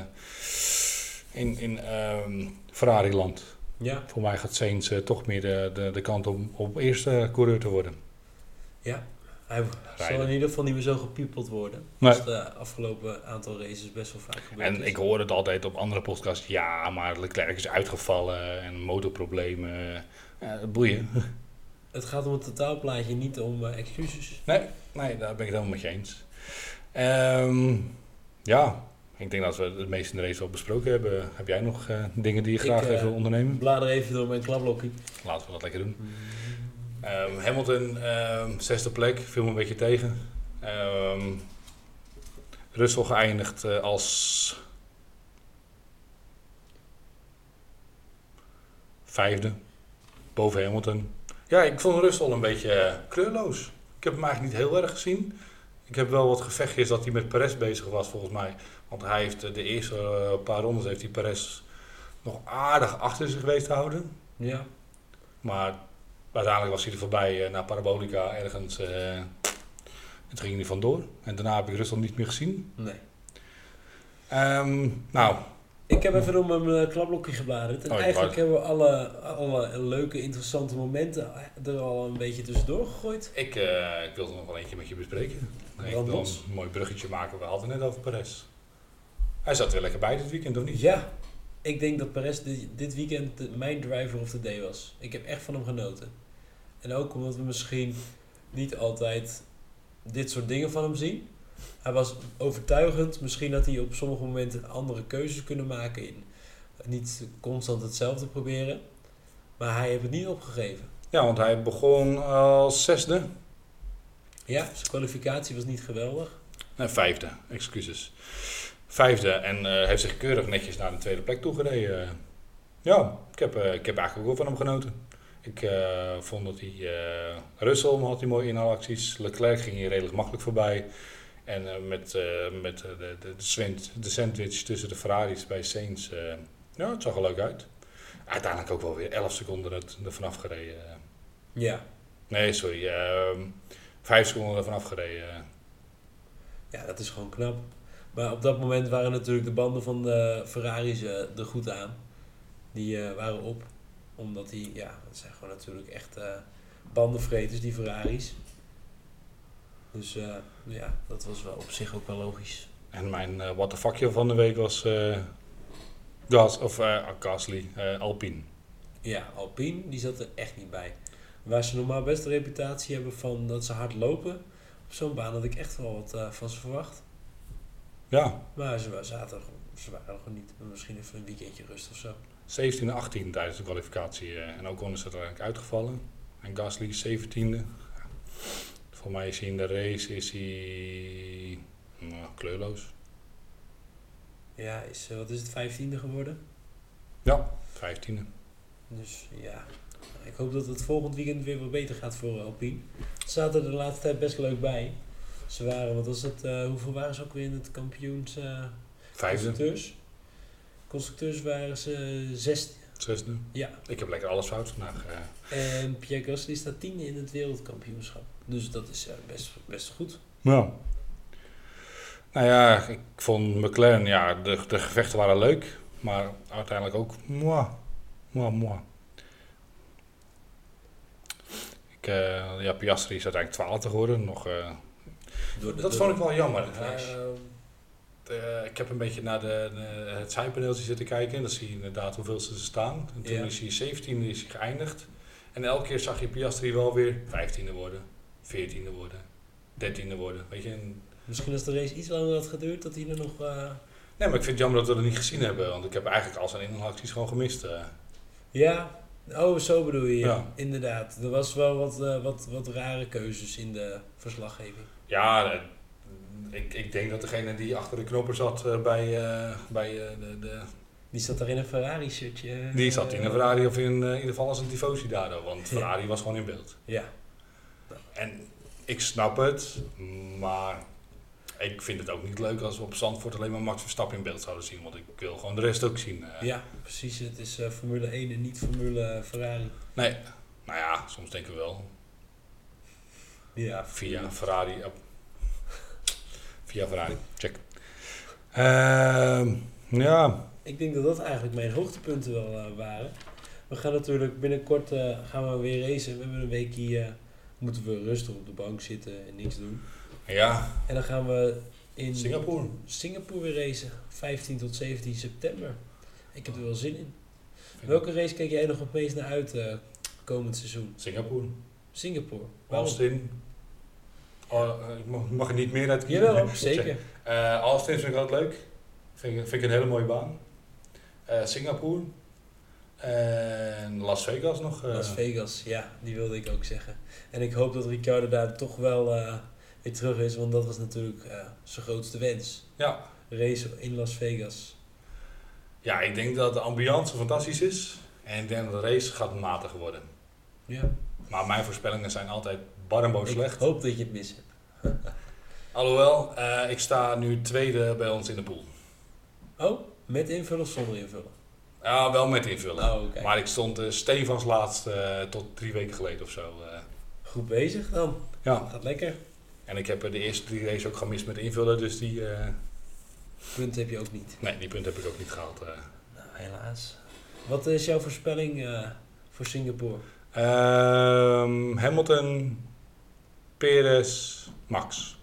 in, in um, Ferrari-land. Ja. Voor mij gaat Sainz uh, toch meer de, de, de kant om op eerste coureur te worden. Ja, hij Rijden. zal in ieder geval niet meer zo gepiepeld worden. Nee. Dat de afgelopen aantal races best wel vaak gebeurd En is. ik hoor het altijd op andere podcasts. Ja, maar Leclerc is uitgevallen en motorproblemen. Ja, dat boeien. Het gaat om het totaalplaatje, niet om uh, excuses. Nee, nee, daar ben ik het helemaal met je eens. Um, ja, ik denk dat we het meest in de race wel besproken hebben. Heb jij nog uh, dingen die je graag Ik, uh, even wil ondernemen? Blader even door mijn klaplokkie. Laten we dat lekker doen. Um, Hamilton, um, zesde plek, viel me een beetje tegen. Um, Russell geëindigd uh, als vijfde, boven Hamilton. Ja, ik vond Russell een beetje uh, kleurloos. Ik heb hem eigenlijk niet heel erg gezien. Ik heb wel wat gevechtjes dat hij met Perez bezig was volgens mij. Want hij heeft uh, de eerste uh, paar rondes heeft hij Perez nog aardig achter zich weten te houden. Ja. Maar uiteindelijk was hij er voorbij uh, naar Parabolica ergens. Uh, en toen ging hij er vandoor. En daarna heb ik Russell niet meer gezien. Nee. Um, nou. Ik heb even door mijn klaplokje gebladerd. En oh, eigenlijk hebben we alle, alle leuke, interessante momenten er al een beetje tussendoor gegooid. Ik, uh, ik wilde nog wel eentje met je bespreken. Ik wil een mooi bruggetje maken. We hadden het net over Perez. Hij zat weer lekker bij dit weekend, of niet? Ja. Ik denk dat Perez dit, dit weekend de, mijn driver of the day was. Ik heb echt van hem genoten. En ook omdat we misschien niet altijd dit soort dingen van hem zien. Hij was overtuigend. Misschien had hij op sommige momenten andere keuzes kunnen maken. In niet constant hetzelfde proberen. Maar hij heeft het niet opgegeven. Ja, want hij begon als zesde. Ja, zijn kwalificatie was niet geweldig. Nee, vijfde, excuses. Vijfde en uh, heeft zich keurig netjes naar de tweede plek toegereden. Ja, ik heb, uh, ik heb eigenlijk ook wel van hem genoten. Ik uh, vond dat hij... Uh, Russell had hij mooie inhaalacties. Leclerc ging hier redelijk makkelijk voorbij. En uh, met, uh, met uh, de, de, de, swint, de sandwich tussen de Ferraris bij Sainz... Uh, ja, het zag er leuk uit. Uiteindelijk ook wel weer elf seconden er vanaf gereden. Ja. Nee, sorry. Uh, vijf seconden er vanaf gereden. Ja, dat is gewoon knap. Maar op dat moment waren natuurlijk de banden van de Ferraris uh, er goed aan. Die uh, waren op. Omdat die, ja, dat zijn gewoon natuurlijk echt uh, bandenvreters, die Ferraris. Dus uh, ja, dat was wel op zich ook wel logisch. En mijn uh, what the fuckje van de week was uh, Gas, of uh, Gasly, uh, Alpine. Ja, Alpine, die zat er echt niet bij. Waar ze normaal best een reputatie hebben van dat ze hard lopen. Op zo'n baan had ik echt wel wat uh, van ze verwacht. Ja. Maar ze, zaten, ze waren er gewoon niet. Misschien even een weekendje rust of zo. zeventien en achttien tijdens de kwalificatie. Uh, en ook is het uiteindelijk uitgevallen. En Gasly zeventiende. Ja. Voor mij is hij in de race is hij nou, kleurloos. Ja, is, wat is het, vijftiende geworden? Ja, vijftiende. Dus ja, ik hoop dat het volgend weekend weer wat beter gaat voor Alpine. Ze zaten er de laatste tijd best leuk bij. Ze waren, wat was het, uh, hoeveel waren ze ook weer in het kampioens? Uh, Vijfde. Constructeurs. Constructeurs waren ze zesde. Zesde. Ja. Ik heb lekker alles fout vandaag. Uh. En Pierre Gasly staat tiende in het wereldkampioenschap. Dus dat is uh, best, best goed. Ja. Nou ja, ik vond McLaren, ja, de, de gevechten waren leuk. Maar uiteindelijk ook, moi, moi, moi. Ik, uh, ja, Piastri is uiteindelijk twaalfde geworden. Nog, uh, Door de, dat door vond ik wel jammer. Uh, uh, ik heb een beetje naar de, de, het zijpaneeltje zitten kijken. En dan zie je inderdaad hoeveel ze staan. En toen ja. is hij zeventiende is hij geëindigd. En elke keer zag je Piastri wel weer vijftiende worden, veertiende worden, dertiende worden. Weet je, en misschien als de race iets langer had geduurd, dat hij er nog... Uh... Nee, maar ik vind het jammer dat we dat niet gezien hebben. Want ik heb eigenlijk al zijn inhaalacties gewoon gemist. Uh. Ja, oh, zo bedoel je. Ja. Inderdaad. Er was wel wat, uh, wat, wat rare keuzes in de verslaggeving. Ja, uh, ik, ik denk dat degene die achter de knoppen zat uh, bij, uh, bij uh, de, de... Die zat daar in een Ferrari-shirtje. Uh, die zat in een Ferrari of in, uh, in ieder geval als een tifosi daardoor. Want Ferrari ja. was gewoon in beeld. Ja. En ik snap het, maar ik vind het ook niet leuk als we op Zandvoort alleen maar Max Verstappen in beeld zouden zien. Want ik wil gewoon de rest ook zien. Uh. Ja, precies. Het is uh, Formule één en niet Formule Ferrari. Nee, nou ja, soms denken we wel. Ja. Via Ferrari. Oh. Via Ferrari, check. Uh, ja. Ik denk dat dat eigenlijk mijn hoogtepunten wel uh, waren. We gaan natuurlijk binnenkort uh, gaan we weer racen. We hebben een weekje, uh, moeten we rustig op de bank zitten en niks doen. Ja. En dan gaan we in Singapore, Singapore weer racen. vijftien tot zeventien september. Ik heb er wel zin in. Welke race kijk jij nog het meest naar uit uh, komend seizoen? Singapore. Singapore. Austin. Oh, ik mag, mag er niet meer uit kiezen. Jawel, zeker. Uh, Austin vind ik altijd leuk. Vind ik, vind ik een hele mooie baan. Uh, Singapore. En Las Vegas nog. Uh. Las Vegas, ja, die wilde ik ook zeggen. En ik hoop dat Ricciardo daar toch wel uh, weer terug is, want dat was natuurlijk uh, zijn grootste wens. Ja. Race in Las Vegas. Ja, ik denk dat de ambiance fantastisch is. En ik denk dat de race gaat matiger worden. Ja. Maar mijn voorspellingen zijn altijd bar en boos slecht. Ik hoop dat je het mis hebt. Alhoewel, uh, ik sta nu tweede bij ons in de pool. Oh, met invullen of zonder invullen? Ja, wel met invullen. Oh, okay. Maar ik stond uh, stevast laatst uh, tot drie weken geleden of zo. Uh. Goed bezig dan. Ja. Gaat lekker. En ik heb uh, de eerste drie races ook gemist met invullen, dus die... Uh... Punten heb je ook niet. Nee, die punten heb ik ook niet gehaald. Uh. Nou, helaas. Wat is jouw voorspelling uh, voor Singapore? Um, Hamilton, Perez, Max.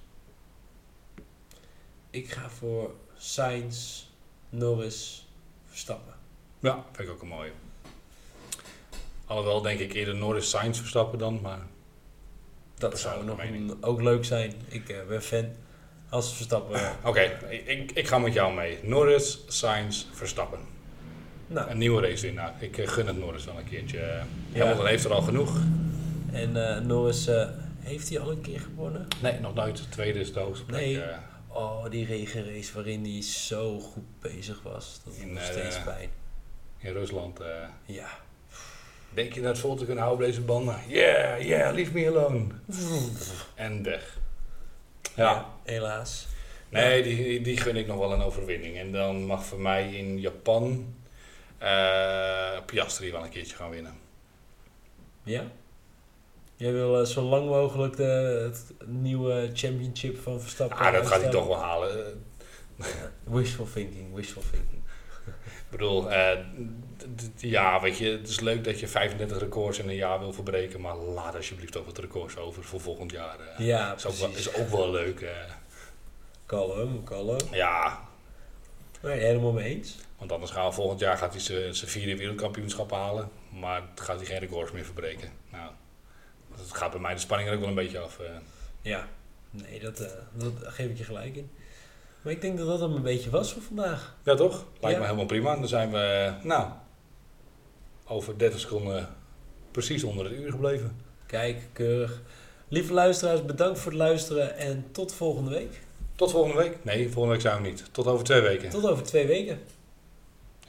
Ik ga voor Sainz, Norris, Verstappen. Ja, vind ik ook een mooie. Alhoewel denk ik eerder Norris, Sainz, Verstappen dan, maar... Dat zou nog een, ook leuk zijn. Ik uh, ben fan als Verstappen... Uh, Oké, okay, ik, ik ga met jou mee. Norris, Sainz, Verstappen. Nou. Een nieuwe racewinnaar. Ik uh, gun het Norris wel een keertje. Ja. Hamilton heeft er al genoeg. En uh, Norris, uh, heeft hij al een keer gewonnen? Nee, nog nooit. De tweede is de hoogste plek. Nee. Uh, oh, die regenrace waarin hij zo goed bezig was. Dat is nog steeds uh, pijn. In Rusland. Uh, ja. Denk je dat het vol te kunnen houden op deze banden? Yeah, yeah, leave me alone. En weg. Ja. ja helaas. Nee, die, die gun ik nog wel een overwinning. En dan mag voor mij in Japan uh, Piastri wel een keertje gaan winnen. Ja? Jij wil uh, zo lang mogelijk de, het nieuwe championship van Verstappen... Ah, dat gaat hij toch wel halen. Wishful thinking, wishful thinking. Ik bedoel, uh, d- d- ja, weet je, het is leuk dat je vijfendertig records in een jaar wil verbreken, maar laat alsjeblieft ook wat records over voor volgend jaar. Uh, ja, is ook, wel, is ook wel leuk. Uh. Kalm, kalm. Ja. Nee, helemaal mee eens. Want anders gaan we volgend jaar gaat hij zijn vierde wereldkampioenschap halen, maar gaat hij geen records meer verbreken. Nou, dat gaat bij mij de spanning er ook wel een beetje af. Uh. Ja, nee, dat, uh, dat geef ik je gelijk in. Maar ik denk dat dat hem een beetje was voor vandaag. Ja, toch? Lijkt ja. me helemaal prima. Dan zijn we, nou, over dertig seconden precies onder het uur gebleven. Kijk, keurig. Lieve luisteraars, bedankt voor het luisteren en tot volgende week. Tot volgende week? Nee, volgende week zijn we niet. Tot over twee weken. Tot over twee weken. Hey.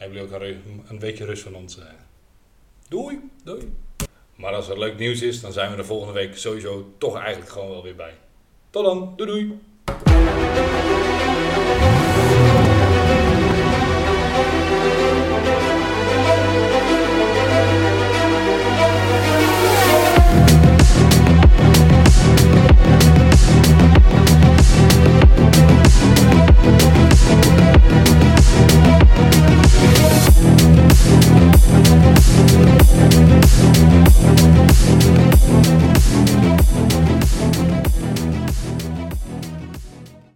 hebben jullie ook een, ru- een weekje rust van ons. Uh. Doei! Doei! Maar als er leuk nieuws is, dan zijn we er volgende week sowieso toch eigenlijk gewoon wel weer bij. Tot dan, doei doei!